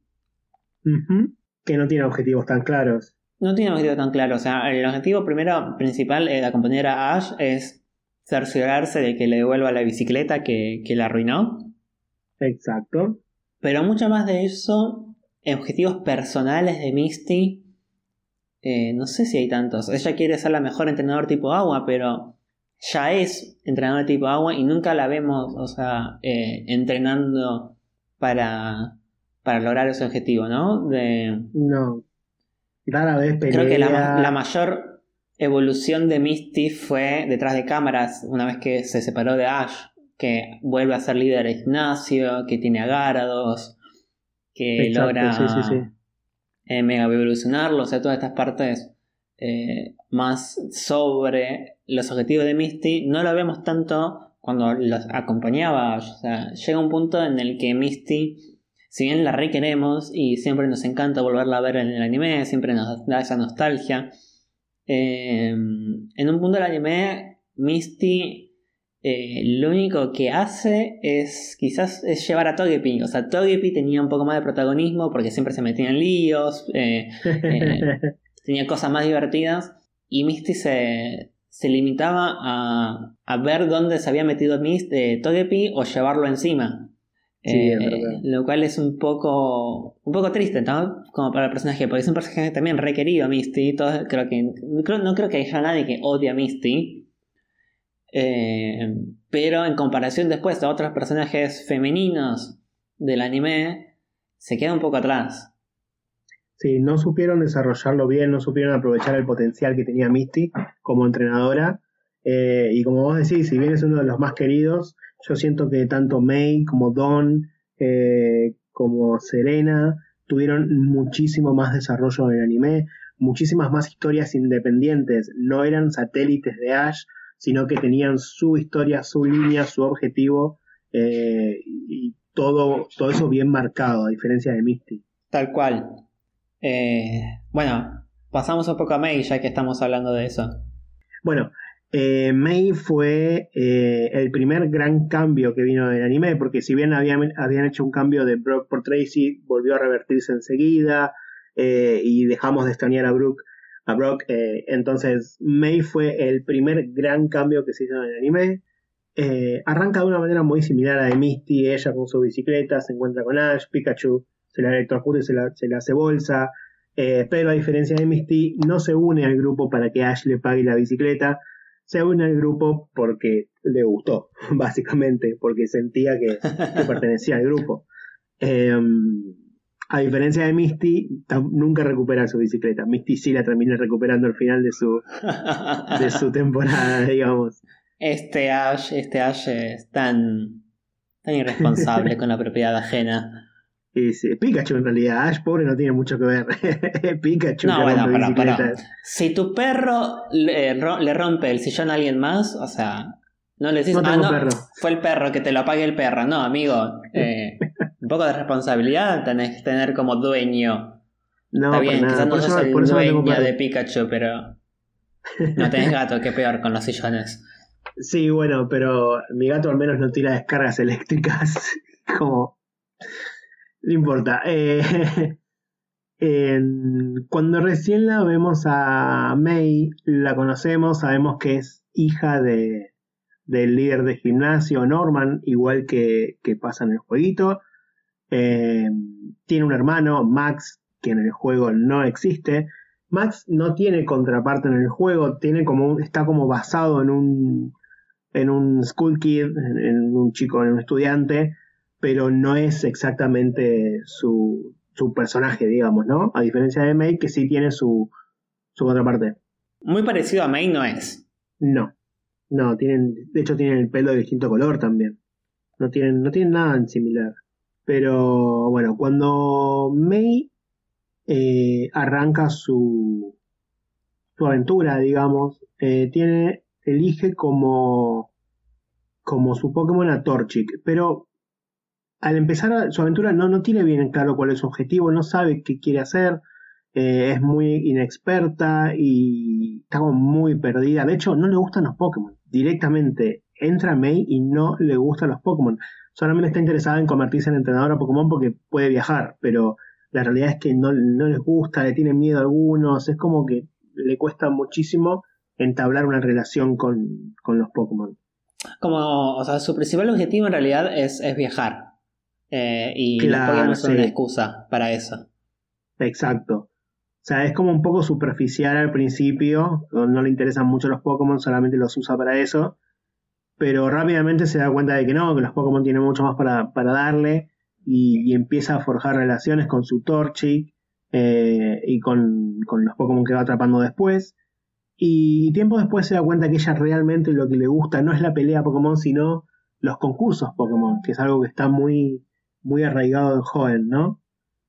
Ujú. Que no tiene objetivos tan claros. No tiene objetivos tan claros. O sea, el objetivo primero principal de acompañar a Ash es cerciorarse de que le devuelva la bicicleta que, que la arruinó. Exacto. Pero mucho más de eso, objetivos personales de Misty, eh, no sé si hay tantos. Ella quiere ser la mejor entrenador tipo agua, pero ya es entrenador tipo agua y nunca la vemos, o sea, eh, entrenando para, para lograr ese objetivo, ¿no? De, No. Rara vez creo que la, ma- la pelea. mayor evolución de Misty fue detrás de cámaras, una vez que se separó de Ash, que vuelve a ser líder de gimnasio, que tiene a Gyarados, que Exacto, sí, sí, sí. logra eh, mega evolucionarlo, o sea, todas estas partes eh, más sobre los objetivos de Misty, no lo vemos tanto cuando los acompañaba. O sea, llega un punto en el que Misty, si bien la requeremos y siempre nos encanta volverla a ver en el anime, siempre nos da esa nostalgia, eh, en un punto del anime, Misty Eh, lo único que hace es quizás es llevar a Togepi. O sea, Togepi tenía un poco más de protagonismo porque siempre se metía en líos, eh, eh, tenía cosas más divertidas y Misty se, se limitaba a, a ver dónde se había metido Mist, eh, Togepi o llevarlo encima. Sí, es Eh, verdad. lo cual es un poco un poco triste, ¿no? Como para el personaje, porque es un personaje también requerido Misty. Todos, creo que, no, creo, no creo que haya nadie que odie a Misty. Eh, pero en comparación después a otros personajes femeninos del anime, se queda un poco atrás. Sí, no supieron desarrollarlo bien, no supieron aprovechar el potencial que tenía Misty como entrenadora. Eh, y como vos decís, si bien es uno de los más queridos, yo siento que tanto Mei como Dawn, eh, como Serena, tuvieron muchísimo más desarrollo en el anime, muchísimas más historias independientes. No eran satélites de Ash, sino que tenían su historia, su línea, su objetivo, eh, y todo, todo eso bien marcado, a diferencia de Misty. Tal cual. Eh, bueno, pasamos un poco a Mei ya que estamos hablando de eso. Bueno, eh, Mei fue eh, el primer gran cambio que vino del anime, porque si bien habían, habían hecho un cambio de Brock por Tracy, volvió a revertirse enseguida, eh, y dejamos de extrañar a Brook, a Brock. Eh, entonces, Mei fue el primer gran cambio que se hizo en el anime. Eh, arranca de una manera muy similar a la de Misty, ella con su bicicleta, se encuentra con Ash, Pikachu se la electrocuta y se la, se la hace bolsa. Eh, pero a diferencia de Misty, no se une al grupo para que Ash le pague la bicicleta, se une al grupo porque le gustó, básicamente, porque sentía que, que pertenecía al grupo. Eh, a diferencia de Misty, nunca recupera su bicicleta. Misty sí la termina recuperando al final de su, de su temporada, digamos. Este Ash, este Ash es tan, tan irresponsable con la propiedad ajena. Y sí, Pikachu en realidad, Ash pobre no tiene mucho que ver. Pikachu No, que bueno, rompe pero, pero bicicletas. si tu perro le, le rompe el sillón a alguien más, o sea, no le decís, No ah, tengo no, perro. fue el perro, que te lo pague el perro. No, amigo, eh, un poco de responsabilidad tenés que tener como dueño. No, Está para bien, quizás nada. no Por sos eso, el por eso no tengo dueño perro. de Pikachu, pero no tenés gato, qué peor con los sillones. Sí, bueno, pero mi gato al menos no tira descargas eléctricas. Como, no importa. Eh, en- cuando recién la vemos a Mei, la conocemos, sabemos que es hija de, del líder de gimnasio, Norman, igual que, que pasa en el jueguito. Eh, tiene un hermano, Max, que en el juego no existe. Max no tiene contraparte en el juego, tiene como un- está como basado en un en un school kid, en, en un chico, en un estudiante, pero no es exactamente su, su personaje, digamos, ¿no? A diferencia de May, que sí tiene su, su contraparte. Muy parecido a Mei no es. No, no, tienen, de hecho tienen el pelo de distinto color también. No tienen, no tienen nada en similar. Pero bueno, cuando May eh, arranca su, su aventura, digamos, eh, tiene, elige como, como su Pokémon a Torchic, pero al empezar su aventura no, no tiene bien claro cuál es su objetivo, no sabe qué quiere hacer, eh, es muy inexperta y está como muy perdida. De hecho, no le gustan los Pokémon. Directamente entra a May y no le gustan los Pokémon. Solamente está interesada en convertirse en entrenadora Pokémon porque puede viajar, pero la realidad es que no, no les gusta, le tienen miedo a algunos, es como que le cuesta muchísimo entablar una relación con, con los Pokémon. Como, o sea, su principal objetivo en realidad es, es viajar. Eh, y los Pokémon Claro, son una sí, excusa para eso. exacto. O sea, es como un poco superficial al principio, no, no le interesan mucho los Pokémon, solamente los usa para eso, pero rápidamente se da cuenta de que no, que los Pokémon tienen mucho más para, para darle y, y empieza a forjar relaciones con su Torchic, eh, y con, con los Pokémon que va atrapando después. Y tiempo después se da cuenta que ella realmente lo que le gusta no es la pelea Pokémon, sino los concursos Pokémon, que es algo que está muy, muy arraigado en Joven, ¿no?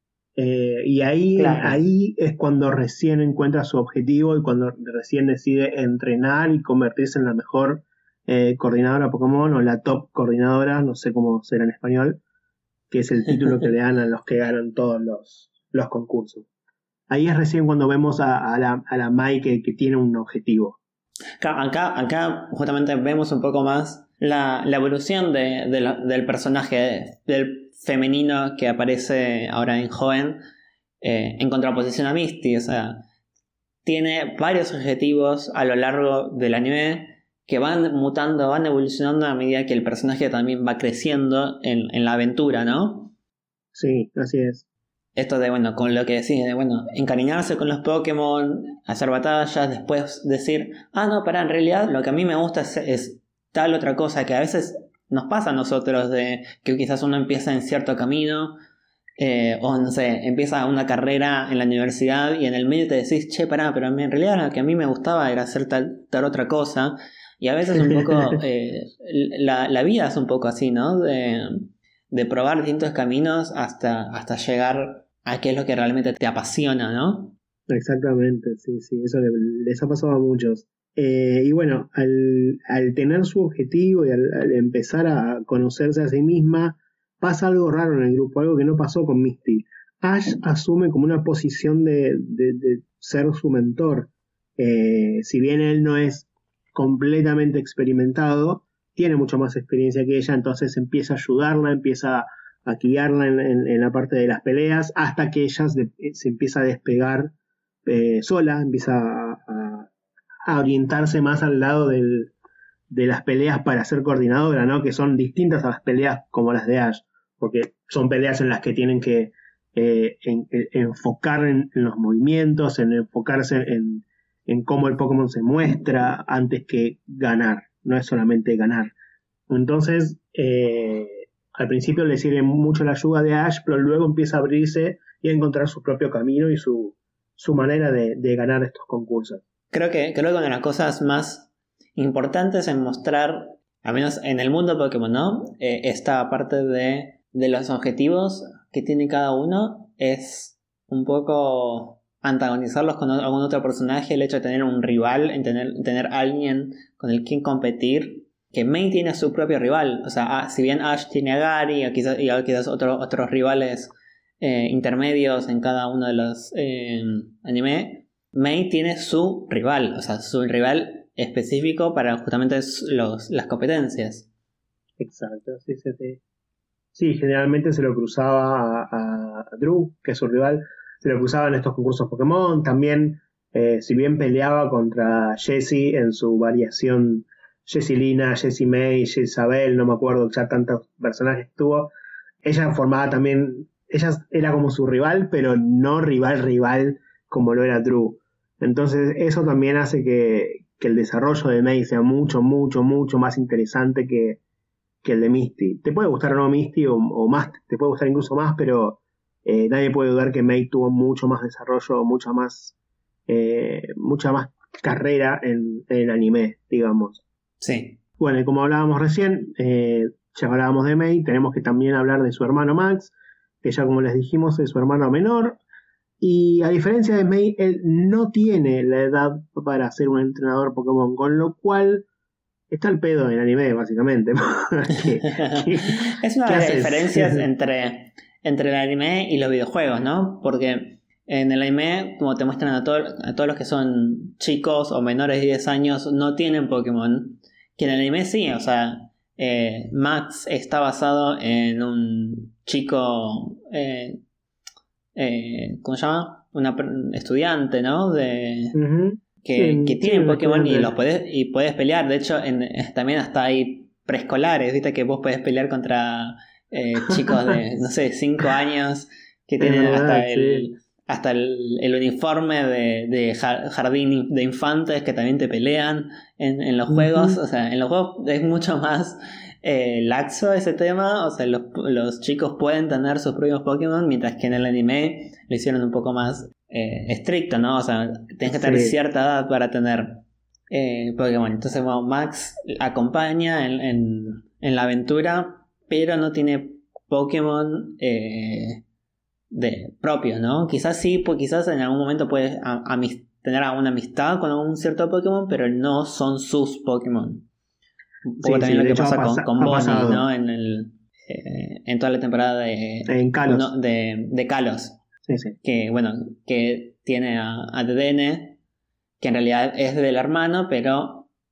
Eh, y ahí, Claro. ahí es cuando recién encuentra su objetivo y cuando recién decide entrenar y convertirse en la mejor eh, coordinadora Pokémon o la top coordinadora, no sé cómo será en español, que es el título que le dan a los que ganan todos los, los concursos. Ahí es recién cuando vemos a, a la, a la Mai que, que tiene un objetivo. Acá, acá, acá justamente vemos un poco más la, la evolución de, de la- del personaje del femenino que aparece ahora en Joven, eh, en contraposición a Misty. O sea, tiene varios objetivos a lo largo del anime que van mutando, van evolucionando a medida que el personaje también va creciendo en, en la aventura, ¿no? Sí, así es. Esto de, bueno, con lo que decís, de, bueno, encariñarse con los Pokémon, hacer batallas, después decir, ah, no, pará, en realidad lo que a mí me gusta es, es tal otra cosa, que a veces nos pasa a nosotros, de que quizás uno empieza en cierto camino, eh, o no sé, empieza una carrera en la universidad y en el medio te decís, che, pará, pero a mí- en realidad lo que a mí me gustaba era hacer tal, tal otra cosa, y a veces un poco, eh, la, la vida es un poco así, ¿no? De, de probar distintos caminos hasta, hasta llegar a qué es lo que realmente te apasiona, ¿no? Exactamente, sí, sí, eso le- les ha pasado a muchos. Eh, y bueno, al, al tener su objetivo y al, al empezar a conocerse a sí misma, pasa algo raro en el grupo, algo que no pasó con Misty. Ash asume como una posición de, de- de ser su mentor. Eh, si bien él no es completamente experimentado, tiene mucho más experiencia que ella, entonces empieza a ayudarla, empieza a guiarla en, en- en la parte de las peleas, hasta que ella se, se empieza a despegar eh, sola, empieza a, a- a orientarse más al lado del- de las peleas para ser coordinadora, ¿no? Que son distintas a las peleas como las de Ash, porque son peleas en las que tienen que eh, en- en- enfocar en, en los movimientos, en enfocarse en, en cómo el Pokémon se muestra antes que ganar, no es solamente ganar. Entonces, eh, al principio le sirve mucho la ayuda de Ash, pero luego empieza a abrirse y a encontrar su propio camino y su, su manera de, de ganar estos concursos. Creo que, creo que una de las cosas más importantes en mostrar, al menos en el mundo Pokémon, ¿no? Eh, esta parte de, de los objetivos que tiene cada uno es un poco antagonizarlos con o- algún otro personaje, el hecho de tener un rival, en tener, tener alguien con el quien competir. Que May tiene su propio rival, o sea, ah, si bien Ash tiene a Gary o quizás, y a quizás otro- otros rivales eh, intermedios en cada uno de los eh, anime, May tiene su rival, o sea, su rival específico para justamente los, las competencias. Exacto, sí, sí, sí. Sí, generalmente se lo cruzaba a, a- a Drew, que es su rival, se lo cruzaba en estos concursos Pokémon. También, eh, si bien peleaba contra Jessie en su variación Jessie Lina, Jessie May, Jessie Isabel, no me acuerdo ya tantos personajes que tuvo, ella formaba también, ella era como su rival, pero no rival rival como lo era Drew. Entonces eso también hace que, que el desarrollo de May sea mucho, mucho, mucho más interesante que que el de Misty. Te puede gustar o no Misty, o, o más, te puede gustar incluso más, pero eh, nadie puede dudar que May tuvo mucho más desarrollo, mucha más, eh, mucha más carrera en, en el anime, digamos. Sí. Bueno, y como hablábamos recién, eh, ya hablábamos de May, tenemos que también hablar de su hermano Max, que ya como les dijimos es su hermano menor. Y a diferencia de May, él no tiene la edad para ser un entrenador Pokémon, con lo cual está el pedo en el anime, básicamente. ¿Qué, qué, Es una qué de las haces? diferencias entre, entre el anime y los videojuegos, ¿no? Porque en el anime, como te muestran a, todo- a todos los que son chicos o menores de diez años, no tienen Pokémon. Que en el anime sí, o sea, eh, Max está basado en un chico, eh, eh, ¿cómo se llama? Una per- estudiante, ¿no? De, Ujú. que, que Sí, sí, tienen un Pokémon y los estudiante. podés, y podés pelear. De hecho, en, eh, también hasta hay preescolares, viste que vos podés pelear contra eh, chicos de, no sé, cinco años que Es tienen verdad, hasta sí. el hasta el, el uniforme de, de ja- jardín de infantes que también te pelean en, en los juegos. Ujú. O sea, en los juegos es mucho más eh, laxo ese tema. O sea, los, los chicos pueden tener sus propios Pokémon, mientras que en el anime lo hicieron un poco más eh, estricto, ¿no? O sea, tienes que tener Sí, cierta edad para tener eh, Pokémon. Entonces, bueno, Max acompaña en, en, en la aventura, pero no tiene Pokémon eh, de propios, ¿no? Quizás sí, pues quizás en algún momento puedes a- amis- tener alguna amistad con algún cierto Pokémon, pero no son sus Pokémon. Un poco sí, sí, también lo de que hecho ha, pasa con, pasa- con ha Bonnie, pasado ¿no? En el eh, en toda la temporada de en uno Kalos. de, de Kalos, Sí, sí. que bueno, que tiene a, a Dedenne, que en realidad es del hermano, pero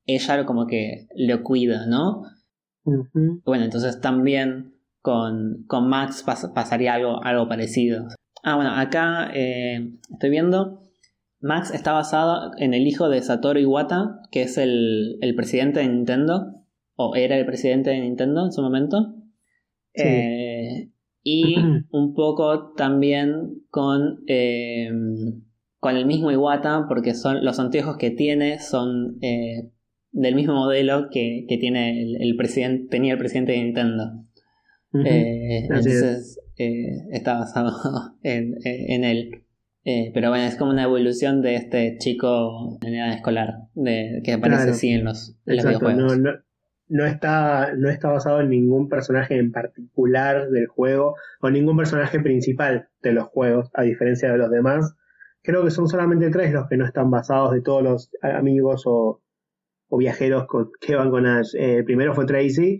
ella como que lo cuida, ¿no? Uh-huh. Bueno, entonces también con, con Max pas- pasaría algo, algo parecido. Ah, bueno, acá eh, estoy viendo, Max está basado en el hijo de Satoru Iwata, que es el, el presidente de Nintendo, o era el presidente de Nintendo en su momento. Sí. Eh, y un poco también con, eh, con el mismo Iwata, porque son los anteojos que tiene son eh, del mismo modelo que, que tiene el, el presidente, tenía el presidente de Nintendo. Uh-huh. Eh, entonces eh, está basado en, en él. Eh, pero bueno, es como una evolución de este chico en edad escolar, de, que aparece claro, así en los, en los exacto, videojuegos. no, no, no, está, no está basado en ningún personaje en particular del juego o ningún personaje principal de los juegos, a diferencia de los demás. Creo que son solamente tres los que no están basados de todos los amigos o, o viajeros con, que van con Ash. Eh, primero fue Tracy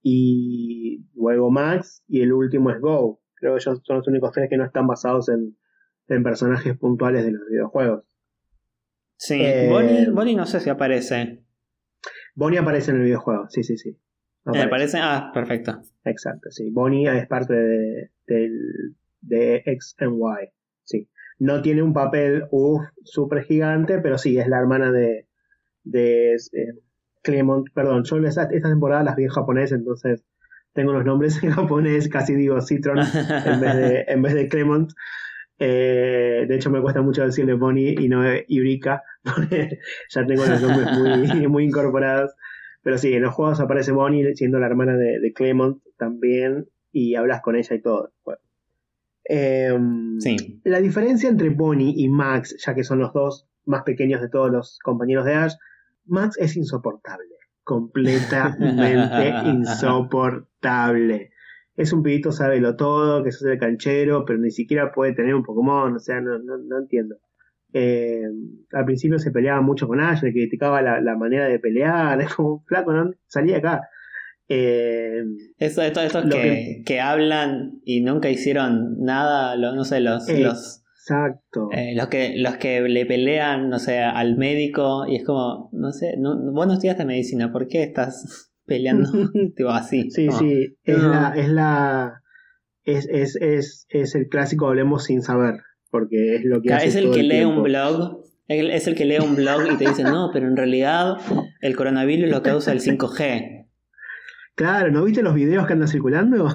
y luego Max y el último es Go. Creo que ellos son los únicos tres que no están basados en, en personajes puntuales de los videojuegos. Sí, Eh, Bonnie, Bonnie no sé si aparece. Bonnie aparece en el videojuego, sí, sí, sí. ¿Me aparece? Ah, perfecto. Exacto, sí. Bonnie es parte de, de, de X and Y, sí. No tiene un papel, uff, súper gigante, pero sí, es la hermana de, de eh, Clement. Perdón, yo esta, esta temporada las vi en japonés, entonces tengo los nombres en japonés, casi digo Citron en vez de, en vez de Clement. Eh, de hecho me cuesta mucho decirle Bonnie y no Eureka, porque ya tengo los nombres muy, muy incorporados. Pero sí, en los juegos aparece Bonnie siendo la hermana de, de Clement también, y hablas con ella y todo. Bueno. Eh, sí. La diferencia entre Bonnie y Max, ya que son los dos más pequeños de todos los compañeros de Ash, Max es insoportable, completamente insoportable. Es un pibito sábelo todo, que se hace el canchero, pero ni siquiera puede tener un Pokémon, o sea, no, no, no entiendo. Eh, al principio se peleaba mucho con Ash, le criticaba la, la manera de pelear, es como, flaco, ¿no? Salí acá. Eh, Eso, estos, estos que, que... que hablan y nunca hicieron nada, lo, no sé, los... Eh, los... Exacto. Eh, los que los que le pelean, no sé, al médico y es como, no sé, no, vos no estudiaste medicina, ¿por qué estás peleando tipo así? Sí, como, sí, es no. la, es la, es, es, es, es el clásico hablemos sin saber, porque es lo que Claro, hace es el todo que el lee tiempo. un blog, es el que lee un blog y te dice, no, pero en realidad el coronavirus lo causa el cinco G. Claro, ¿no viste los videos que andan circulando?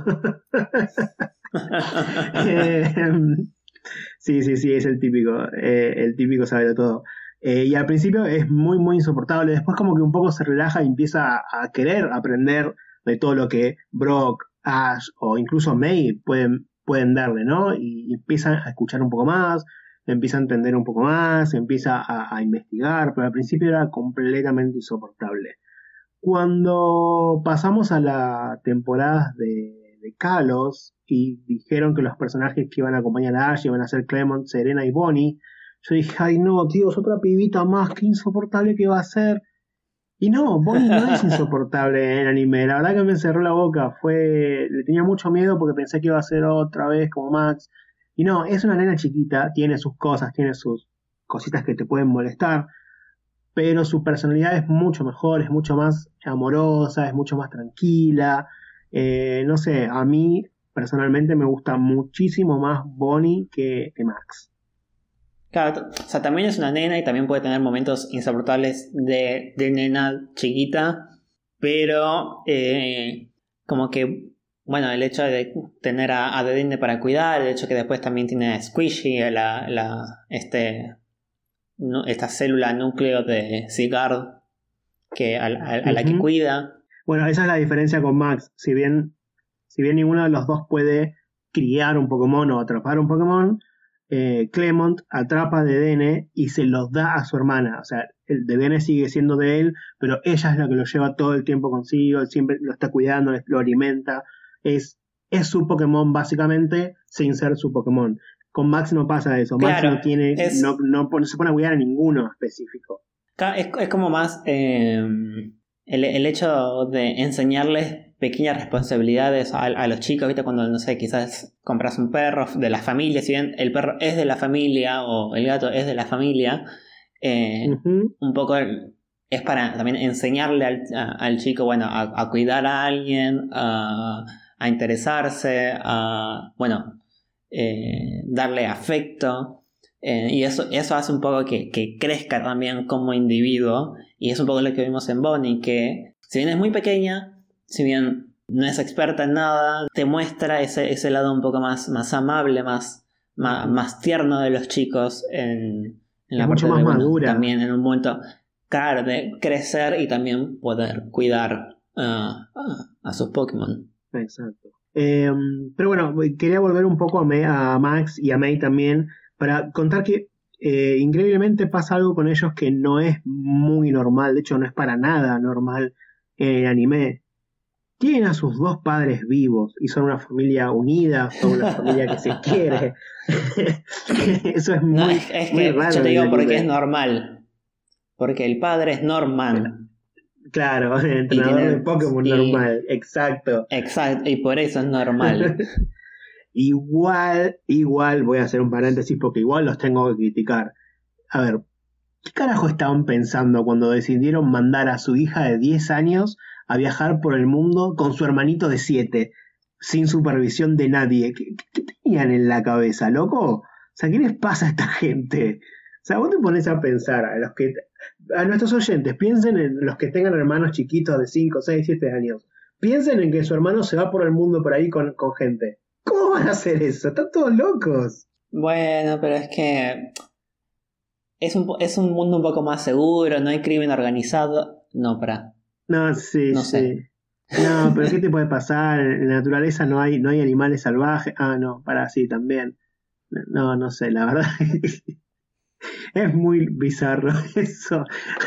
eh, sí, sí, sí, es el típico, eh, el típico sabe todo. Eh, y al principio es muy, muy insoportable. Después como que un poco se relaja y empieza a, a querer aprender de todo lo que Brock, Ash o incluso May pueden, pueden darle, ¿no? Y, y empieza a escuchar un poco más, empieza a entender un poco más, empieza a, a investigar, pero al principio era completamente insoportable. Cuando pasamos a la temporada de, de Kalos y dijeron que los personajes que iban a acompañar a Ash iban a ser Clement, Serena y Bonnie, yo dije, ay no, tío, es otra pibita más, qué insoportable que va a ser. Y no, Bonnie no es insoportable en el anime, la verdad que me cerró la boca, fue, le tenía mucho miedo porque pensé que iba a ser otra vez como Max. Y no, es una nena chiquita, tiene sus cosas, tiene sus cositas que te pueden molestar, pero su personalidad es mucho mejor, es mucho más amorosa, es mucho más tranquila. Eh, no sé, a mí personalmente me gusta muchísimo más Bonnie que, que Max. Claro, o sea, también es una nena y también puede tener momentos insoportables de, de nena chiquita, pero eh, como que, bueno, el hecho de tener a, a Dedenne para cuidar, el hecho que después también tiene a Squishy, la, la, este, no, esta célula núcleo de Sigard, que a, a, a la que Uh-huh. cuida. Bueno, esa es la diferencia con Max. Si bien, si bien ninguno de los dos puede criar un Pokémon o atrapar un Pokémon, eh, Clement atrapa a Dedenne y se los da a su hermana. O sea, el Dedenne sigue siendo de él, pero ella es la que lo lleva todo el tiempo consigo, él siempre lo está cuidando, lo alimenta. Es, es su Pokémon básicamente sin ser su Pokémon. Con Max no pasa eso. Max Claro, no tiene, es, no, no, no se pone a cuidar a ninguno específico. es, es como más eh, el, el hecho de enseñarles pequeñas responsabilidades a, a los chicos, ¿viste? Cuando, no sé, quizás compras un perro de la familia, si bien el perro es de la familia o el gato es de la familia, eh, uh-huh. un poco el, es para también enseñarle al, a, al chico, bueno, a, a cuidar a alguien, a, a interesarse, a, bueno, eh, darle afecto. Eh, y eso, eso hace un poco que, que crezca también como individuo. Y es un poco lo que vimos en Bonnie, que si bien es muy pequeña, si bien no es experta en nada, te muestra ese, ese lado un poco más, más amable, más, más, más tierno de los chicos en, en la es parte mucho más de, bueno, madura. también en un momento, claro, de crecer y también poder cuidar uh, a, a sus Pokémon. Exacto. Eh, pero bueno, quería volver un poco a, May, a Max y a May también para contar que eh, increíblemente pasa algo con ellos que no es muy normal, de hecho no es para nada normal en el anime. Tienen a sus dos padres vivos y son una familia unida, son una familia que se quiere. Eso es muy, no, es, es muy que raro. Yo te digo porque anime. es normal. Porque el padre es Norman. Claro, el entrenador tiene, de Pokémon y, normal, exacto. Exacto, y por eso es normal. Igual, igual, voy a hacer un paréntesis porque igual los tengo que criticar. A ver, ¿qué carajo estaban pensando cuando decidieron mandar a su hija de diez años a viajar por el mundo con su hermanito de siete, sin supervisión de nadie? ¿Qué, qué tenían en la cabeza, loco? O sea, ¿qué les pasa a esta gente? O sea, vos te pones a pensar, a los que, a nuestros oyentes, piensen en los que tengan hermanos chiquitos de cinco, seis, siete años. Piensen en que su hermano se va por el mundo por ahí con, con gente. ¿Cómo van a hacer eso? Están todos locos. Bueno, pero es que es un, es un mundo un poco más seguro, no hay crimen organizado. No, para. No, sí, No sí. sé. No, pero ¿qué te puede pasar? En la naturaleza no hay, no hay animales salvajes. Ah, no, para sí también. No, no sé, la verdad. Es muy bizarro eso.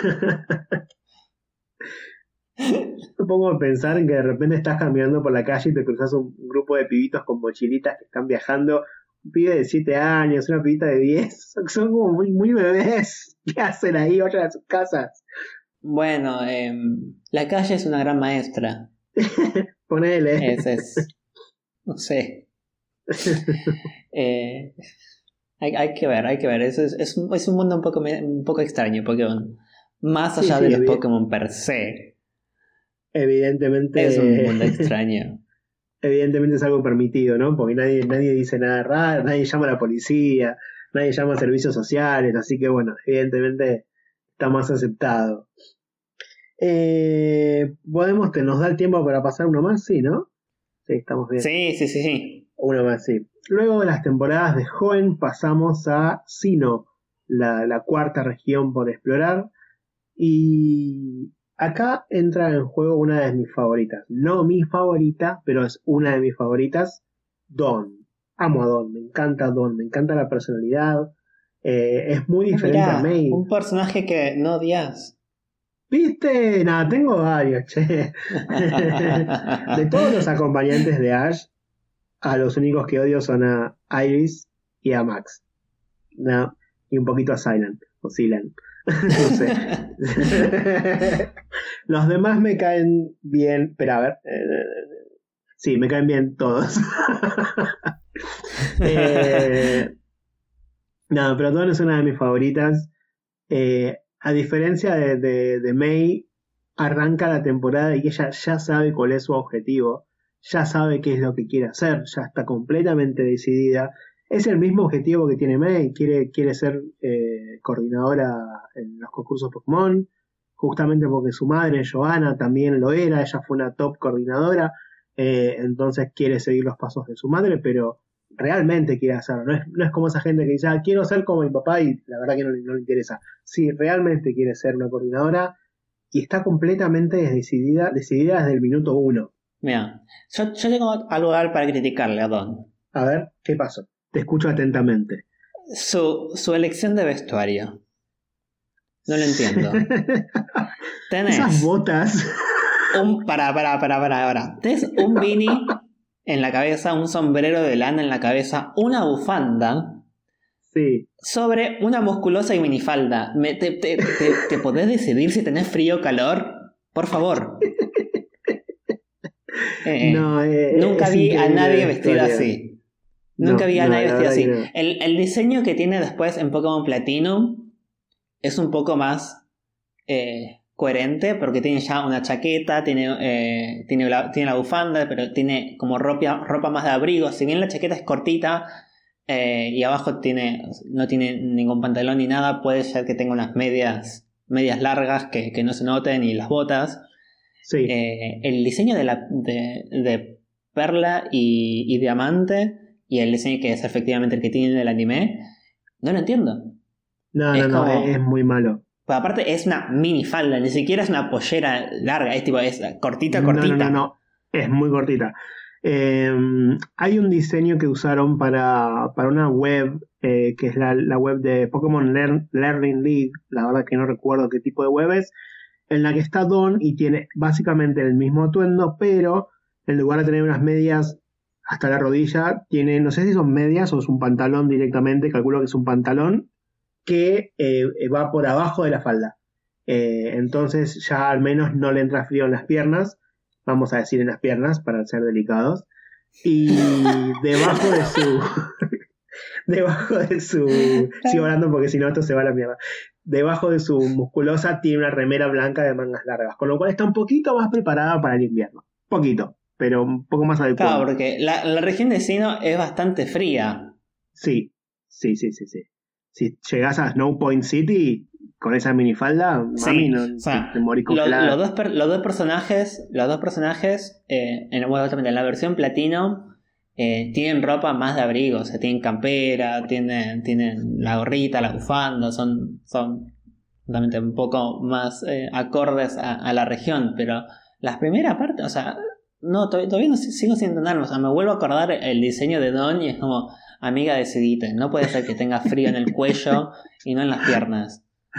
Me pongo a pensar en que de repente estás caminando por la calle y te cruzas un grupo de pibitos con mochilitas que están viajando. Un pibe de siete años, una pibita de diez. Son como muy, muy bebés. ¿Qué hacen ahí? Vayan a sus casas. Bueno, eh, la calle es una gran maestra. Ponele. Es, es. No sé. Eh, hay, hay que ver, hay que ver. Es, es, es, un, es un mundo un poco, un poco extraño, Pokémon. Más allá sí, sí, de los evi- Pokémon per se. Evidentemente. Es un mundo extraño. Evidentemente es algo permitido, ¿no? Porque nadie, nadie dice nada raro, nadie llama a la policía, nadie llama a servicios sociales, así que bueno, evidentemente está más aceptado. Eh, ¿podemos, que nos da el tiempo para pasar uno más? Sí, ¿no? Sí, estamos bien. Sí, sí, sí, sí. Uno más, sí. Luego de las temporadas de Hoenn pasamos a Sinnoh, la, la cuarta región por explorar. Y acá entra en juego una de mis favoritas. No mi favorita, pero es una de mis favoritas. Dawn. Amo a Dawn, me encanta Dawn, me encanta la personalidad. Eh, es muy diferente Ah, a May. un personaje que no odias. ¿Viste? Nada, tengo varios, che. De todos los acompañantes de Ash, a los únicos que odio son a Iris y a Max. No, y un poquito a Silent, o Silent. No sé. Los demás me caen bien, pero a ver. Eh, sí, me caen bien todos. eh, no, pero Dawn es una de mis favoritas. Eh, a diferencia de, de, de May, arranca la temporada y ella ya sabe cuál es su objetivo, ya sabe qué es lo que quiere hacer, ya está completamente decidida. Es el mismo objetivo que tiene May, quiere, quiere ser eh, coordinadora en los concursos Pokémon, justamente porque su madre, Johanna, también lo era, ella fue una top coordinadora, eh, entonces quiere seguir los pasos de su madre, pero realmente quiere hacerlo, no es, no es como esa gente que dice, ah, quiero ser como mi papá y la verdad que no, no le interesa. Sí, realmente quiere ser una coordinadora y está completamente decidida, decidida desde el minuto uno. Mira, yo, yo tengo algo para criticarle a Dawn. A ver, ¿qué pasó? Te escucho atentamente. Su, su elección de vestuario. No lo entiendo. Tenés Esas botas. un. Para, para, para, para, para. Tenés un beanie en la cabeza, un sombrero de lana en la cabeza, una bufanda. Sí. Sobre una musculosa y minifalda. Me, te, te, te, ¿Te podés decidir si tenés frío o calor? Por favor. Eh, No, eh, nunca vi a nadie vestido así. Nunca no, vi a no, nadie vestido así. No. El, el diseño que tiene después en Pokémon Platinum es un poco más. Eh, coherente porque tiene ya una chaqueta, tiene, eh, tiene, la, tiene la bufanda, pero tiene como ropa, ropa más de abrigo. Si bien la chaqueta es cortita eh, y abajo tiene, no tiene ningún pantalón ni nada, puede ser que tenga unas medias, medias largas que, que no se noten y las botas. Sí. Eh, el diseño de, la, de, de Perla y, y Diamante y el diseño que es efectivamente el que tiene el anime, no lo entiendo. No, es no, no, como, es, es muy malo. Pero aparte es una mini falda, ni siquiera es una pollera larga, es tipo, es cortita, cortita. No, no, no, no, es muy cortita. Eh, hay un diseño que usaron para, para una web, eh, que es la, la web de Pokémon Learn, Learning League, la verdad que no recuerdo qué tipo de web es, en la que está Dawn y tiene básicamente el mismo atuendo, pero en lugar de tener unas medias hasta la rodilla, tiene, no sé si son medias o es un pantalón directamente, calculo que es un pantalón, que eh, va por abajo de la falda. Eh, entonces ya al menos no le entra frío en las piernas, vamos a decir en las piernas para ser delicados, y debajo de su debajo de su sigo hablando porque si no esto se va a la mierda, debajo de su musculosa tiene una remera blanca de mangas largas, con lo cual está un poquito más preparada para el invierno, poquito, pero un poco más adecuado. Claro, porque la, la región de Sinnoh es bastante fría. Sí, sí, sí, sí, sí. Si llegás a Snow Point City con esa minifalda, Sí, mami, no, o sea, te morí lo- congelada. los, dos per- los dos personajes, los dos personajes, eh, en, bueno, justamente en la versión platino, eh, tienen ropa más de abrigo, o sea, tienen campera, tienen, tienen la gorrita, la bufanda, son, son justamente un poco más eh, acordes a, a la región, pero las primeras partes, o sea, no, to- todavía no si- sigo sin entender, o sea, me vuelvo a acordar el diseño de Dawn y es como, amiga, decidite, no puede ser que tenga frío en el cuello y no en las piernas.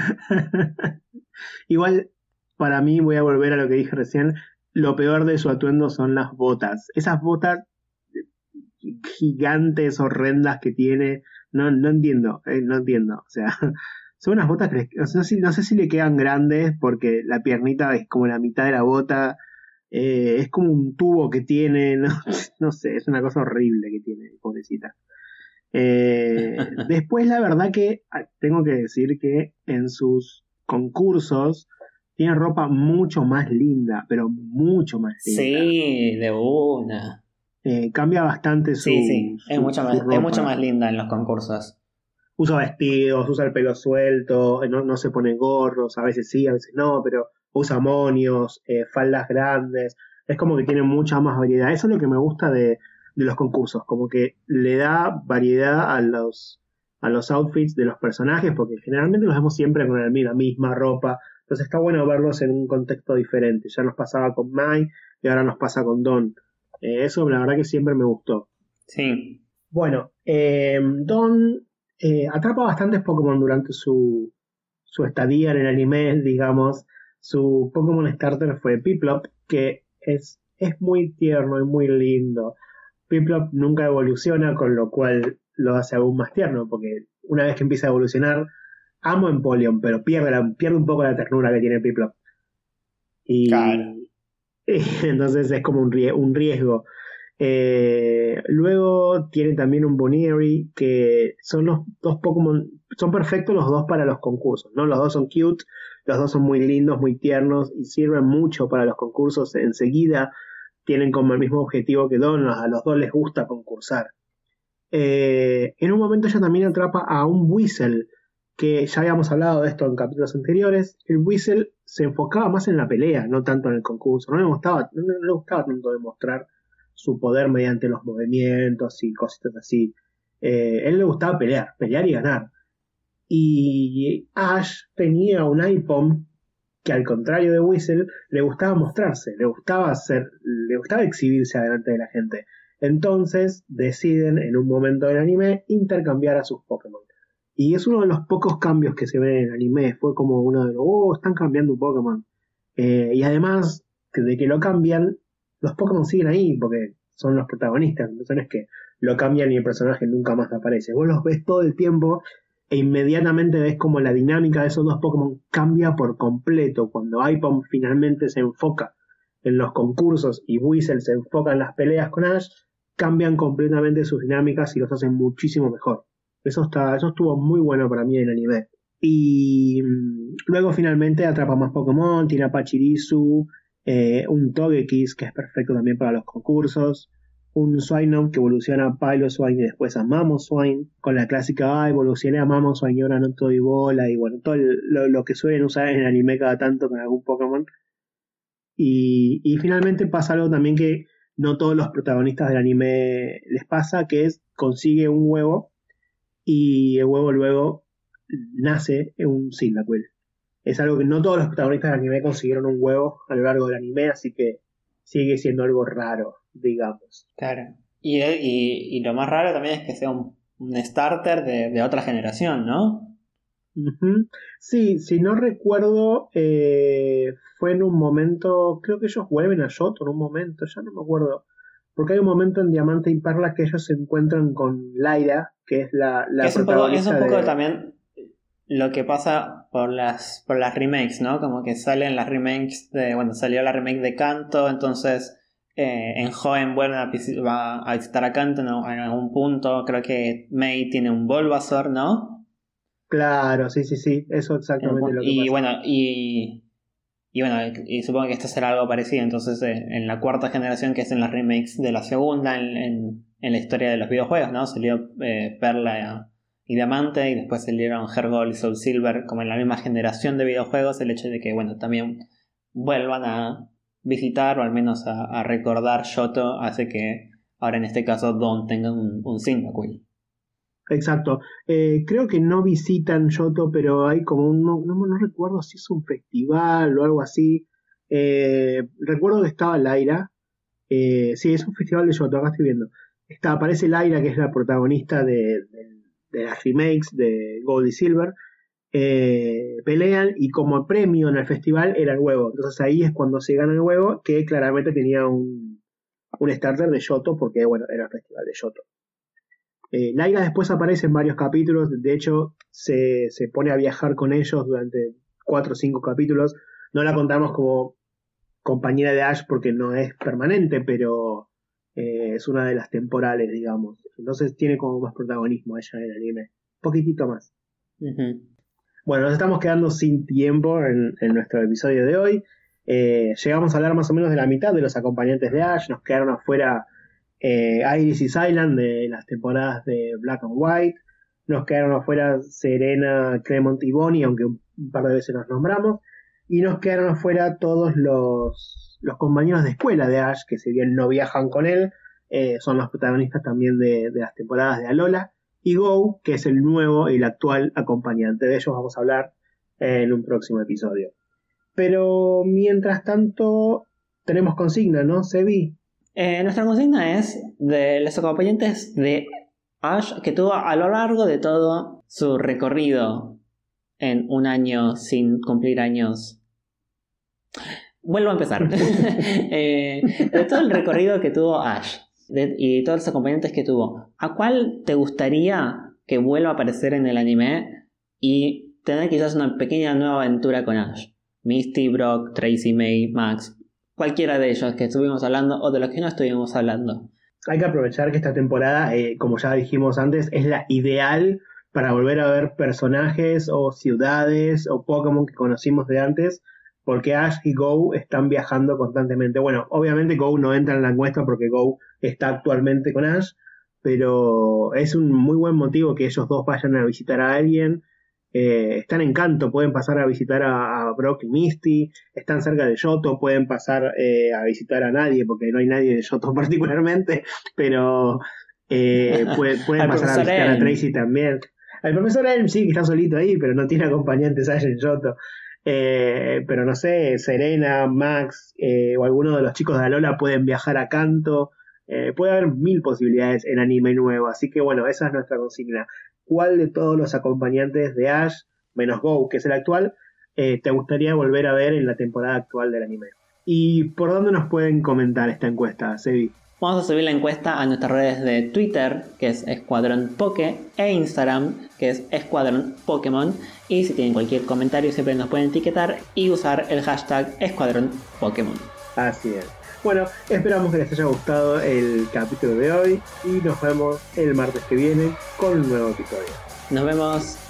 Igual, para mí, voy a volver a lo que dije recién, lo peor de su atuendo son las botas. Esas botas gigantes, horrendas que tiene, no, no entiendo, eh, no entiendo. O sea, son unas botas que les- no sé si, no sé si le quedan grandes porque la piernita es como la mitad de la bota. Eh, es como un tubo que tiene, no, no sé, es una cosa horrible que tiene, pobrecita. Eh, después, la verdad que ah, tengo que decir que en sus concursos tiene ropa mucho más linda, pero mucho más linda. Sí, de una. Eh, cambia bastante su, Sí, sí, es su, mucho su más, es mucho ropa. más linda en los concursos. Usa vestidos, usa el pelo suelto, eh, no, no se pone gorros, a veces sí, a veces no, pero usa monios, eh, faldas grandes. Es como que tiene mucha más variedad. Eso es lo que me gusta de, de los concursos, como que le da variedad a los, a los outfits de los personajes, porque generalmente los vemos siempre con la mi- la misma ropa. Entonces está bueno verlos en un contexto diferente. Ya nos pasaba con Mai y ahora nos pasa con Don. Eh, eso la verdad que siempre me gustó. Sí. Bueno, eh, Don eh, atrapa bastantes Pokémon durante su, su estadía en el anime, digamos. Su Pokémon starter fue Piplup, que es, es muy tierno y muy lindo. Piplup nunca evoluciona, con lo cual lo hace aún más tierno, porque una vez que empieza a evolucionar, amo Empoleon, pero pierde, la- pierde un poco la ternura que tiene Piplup. Claro. Y, entonces es como un, rie- un riesgo. Eh, luego tiene también un Bonnieri, que son los dos Pokémon, son perfectos los dos para los concursos, ¿no? Los dos son cute, los dos son muy lindos, muy tiernos y sirven mucho para los concursos. Enseguida tienen como el mismo objetivo que Don, a los dos les gusta concursar. Eh, en un momento ella también atrapa a un Weasel, que ya habíamos hablado de esto en capítulos anteriores. El Weasel se enfocaba más en la pelea, no tanto en el concurso. No le gustaba, no, no le gustaba tanto demostrar su poder mediante los movimientos y cositas así. Eh, él le gustaba pelear, pelear y ganar. Y Ash tenía un iPhone que, al contrario de Weasel, le gustaba mostrarse, le gustaba hacer, le gustaba exhibirse delante de la gente. Entonces deciden en un momento del anime intercambiar a sus Pokémon. Y es uno de los pocos cambios que se ven en el anime. Fue como uno de los, oh, están cambiando un Pokémon. Eh, y además de que lo cambian, los Pokémon siguen ahí porque son los protagonistas. Entonces no es que lo cambian y el personaje nunca más aparece. Vos los ves todo el tiempo e inmediatamente ves como la dinámica de esos dos Pokémon cambia por completo. Cuando Ipom finalmente se enfoca en los concursos y Weasel se enfoca en las peleas con Ash, cambian completamente sus dinámicas y los hacen muchísimo mejor. Eso está, eso estuvo muy bueno para mí en el anime. Y mm, luego finalmente atrapa más Pokémon, tiene a Pachirisu, eh, un Togekiss que es perfecto también para los concursos, un Swinub que evoluciona a Piloswine y después a Mamoswine, con la clásica, ah, evolucioné a Mamoswine y ahora no estoy bola, y bueno, todo el- lo, lo que suelen usar en el anime cada tanto con algún Pokémon. Y, y finalmente pasa algo también que no todos los protagonistas del anime les pasa, que es consigue un huevo y el huevo luego nace en un Cyndaquil. Es algo que no todos los protagonistas del anime consiguieron un huevo a lo largo del anime, así que sigue siendo algo raro, digamos. Claro. Y, y, y lo más raro también es que sea un, un starter de, de otra generación, ¿no? Ujú. Sí, si no recuerdo, eh, fue en un momento, creo que ellos vuelven a Yoto en un momento, ya no me acuerdo. Porque hay un momento en Diamante y Perla que ellos se encuentran con Lyra, que es la, la Que es un poco, es protagonista un poco de... también lo que pasa por las, por las remakes, ¿no? Como que salen las remakes de, bueno, salió la remake de Kanto, entonces eh, en Hoenn vuelven a, visi- va a visitar a Kanto en, en algún punto, creo que Mei tiene un Bulbasaur, ¿no? Claro, sí, sí, sí, eso es En un exactamente punto- lo que y pasa. bueno, y, y bueno, y supongo que esto será algo parecido, entonces eh, en la cuarta generación que es en las remakes de la segunda en, en, en la historia de los videojuegos, ¿no? Salió eh, Perla y Diamante y después salieron Heart Gold y Soul Silver como en la misma generación de videojuegos, el hecho de que, bueno, también vuelvan a visitar o al menos a, a recordar Yoto hace que ahora en este caso Dawn tenga un, un Cyndaquil. Exacto. Eh, creo que no visitan Yoto, pero hay como un... No, no, no recuerdo si es un festival o algo así. Eh, recuerdo que estaba Lyra. Eh, sí, es un festival de Yoto, acá estoy viendo. Está, aparece Lyra, que es la protagonista de, de- de las remakes de Gold y Silver. Eh, pelean y como premio en el festival era el huevo. Entonces ahí es cuando se gana el huevo, que claramente tenía un, un starter de Yoto, porque bueno, era el festival de Yoto. Eh, Lyra después aparece en varios capítulos, de hecho se, se pone a viajar con ellos durante cuatro o cinco capítulos. No la contamos como compañera de Ash porque no es permanente, pero eh, es una de las temporales, digamos. Entonces tiene como más protagonismo ella en el anime. Un poquitito más. Ujú. Bueno, nos estamos quedando sin tiempo en, en nuestro episodio de hoy. Eh, llegamos a hablar más o menos de la mitad de los acompañantes de Ash. Nos quedaron afuera eh, Iris y Silent de las temporadas de Black and White. Nos quedaron afuera Serena, Clement y Bonnie, aunque un par de veces los nombramos. Y nos quedaron afuera todos los, los compañeros de escuela de Ash, que si bien no viajan con él, eh, son los protagonistas también de, de las temporadas de Alola. Y Go, que es el nuevo y el actual acompañante. De ellos vamos a hablar en un próximo episodio. Pero mientras tanto, tenemos consigna, ¿no, Sebi? Eh, nuestra consigna es de los acompañantes de Ash que tuvo a lo largo de todo su recorrido en un año sin cumplir años. Vuelvo a empezar. Eh, de todo el recorrido que tuvo Ash de- y todos los acompañantes que tuvo, ¿a cuál te gustaría que vuelva a aparecer en el anime y tener quizás una pequeña nueva aventura con Ash? Misty, Brock, Tracy, May, Max, cualquiera de ellos que estuvimos hablando o de los que no estuvimos hablando. Hay que aprovechar que esta temporada, eh, como ya dijimos antes, es la ideal para volver a ver personajes o ciudades o Pokémon que conocimos de antes, porque Ash y Go están viajando constantemente. Bueno, obviamente Go no entra en la encuesta porque Go está actualmente con Ash, pero es un muy buen motivo que ellos dos vayan a visitar a alguien. Eh, están en Kanto, pueden pasar a visitar a, a Brock y Misty, están cerca de Yoto, pueden pasar eh, a visitar a nadie, porque no hay nadie de Yoto particularmente, pero eh, puede, pueden Al pasar a profesor visitar a Elm. Tracy también. El profesor Elm sí que está solito ahí, pero no tiene acompañantes allá en Yoto. Eh, pero no sé, Serena, Max eh, o alguno de los chicos de Alola pueden viajar a Kanto. Eh, puede haber mil posibilidades en anime nuevo, así que bueno, esa es nuestra consigna. ¿Cuál de todos los acompañantes de Ash, menos Go, que es el actual, eh, te gustaría volver a ver en la temporada actual del anime? ¿Y por dónde nos pueden comentar esta encuesta, Sebi? Vamos a subir la encuesta a nuestras redes de Twitter, que es Escuadrón Poke, e Instagram, que es Escuadrón Pokémon. Y si tienen cualquier comentario siempre nos pueden etiquetar y usar el hashtag Escuadrón Pokémon. Así es. Bueno, esperamos que les haya gustado el capítulo de hoy y nos vemos el martes que viene con un nuevo episodio. Nos vemos.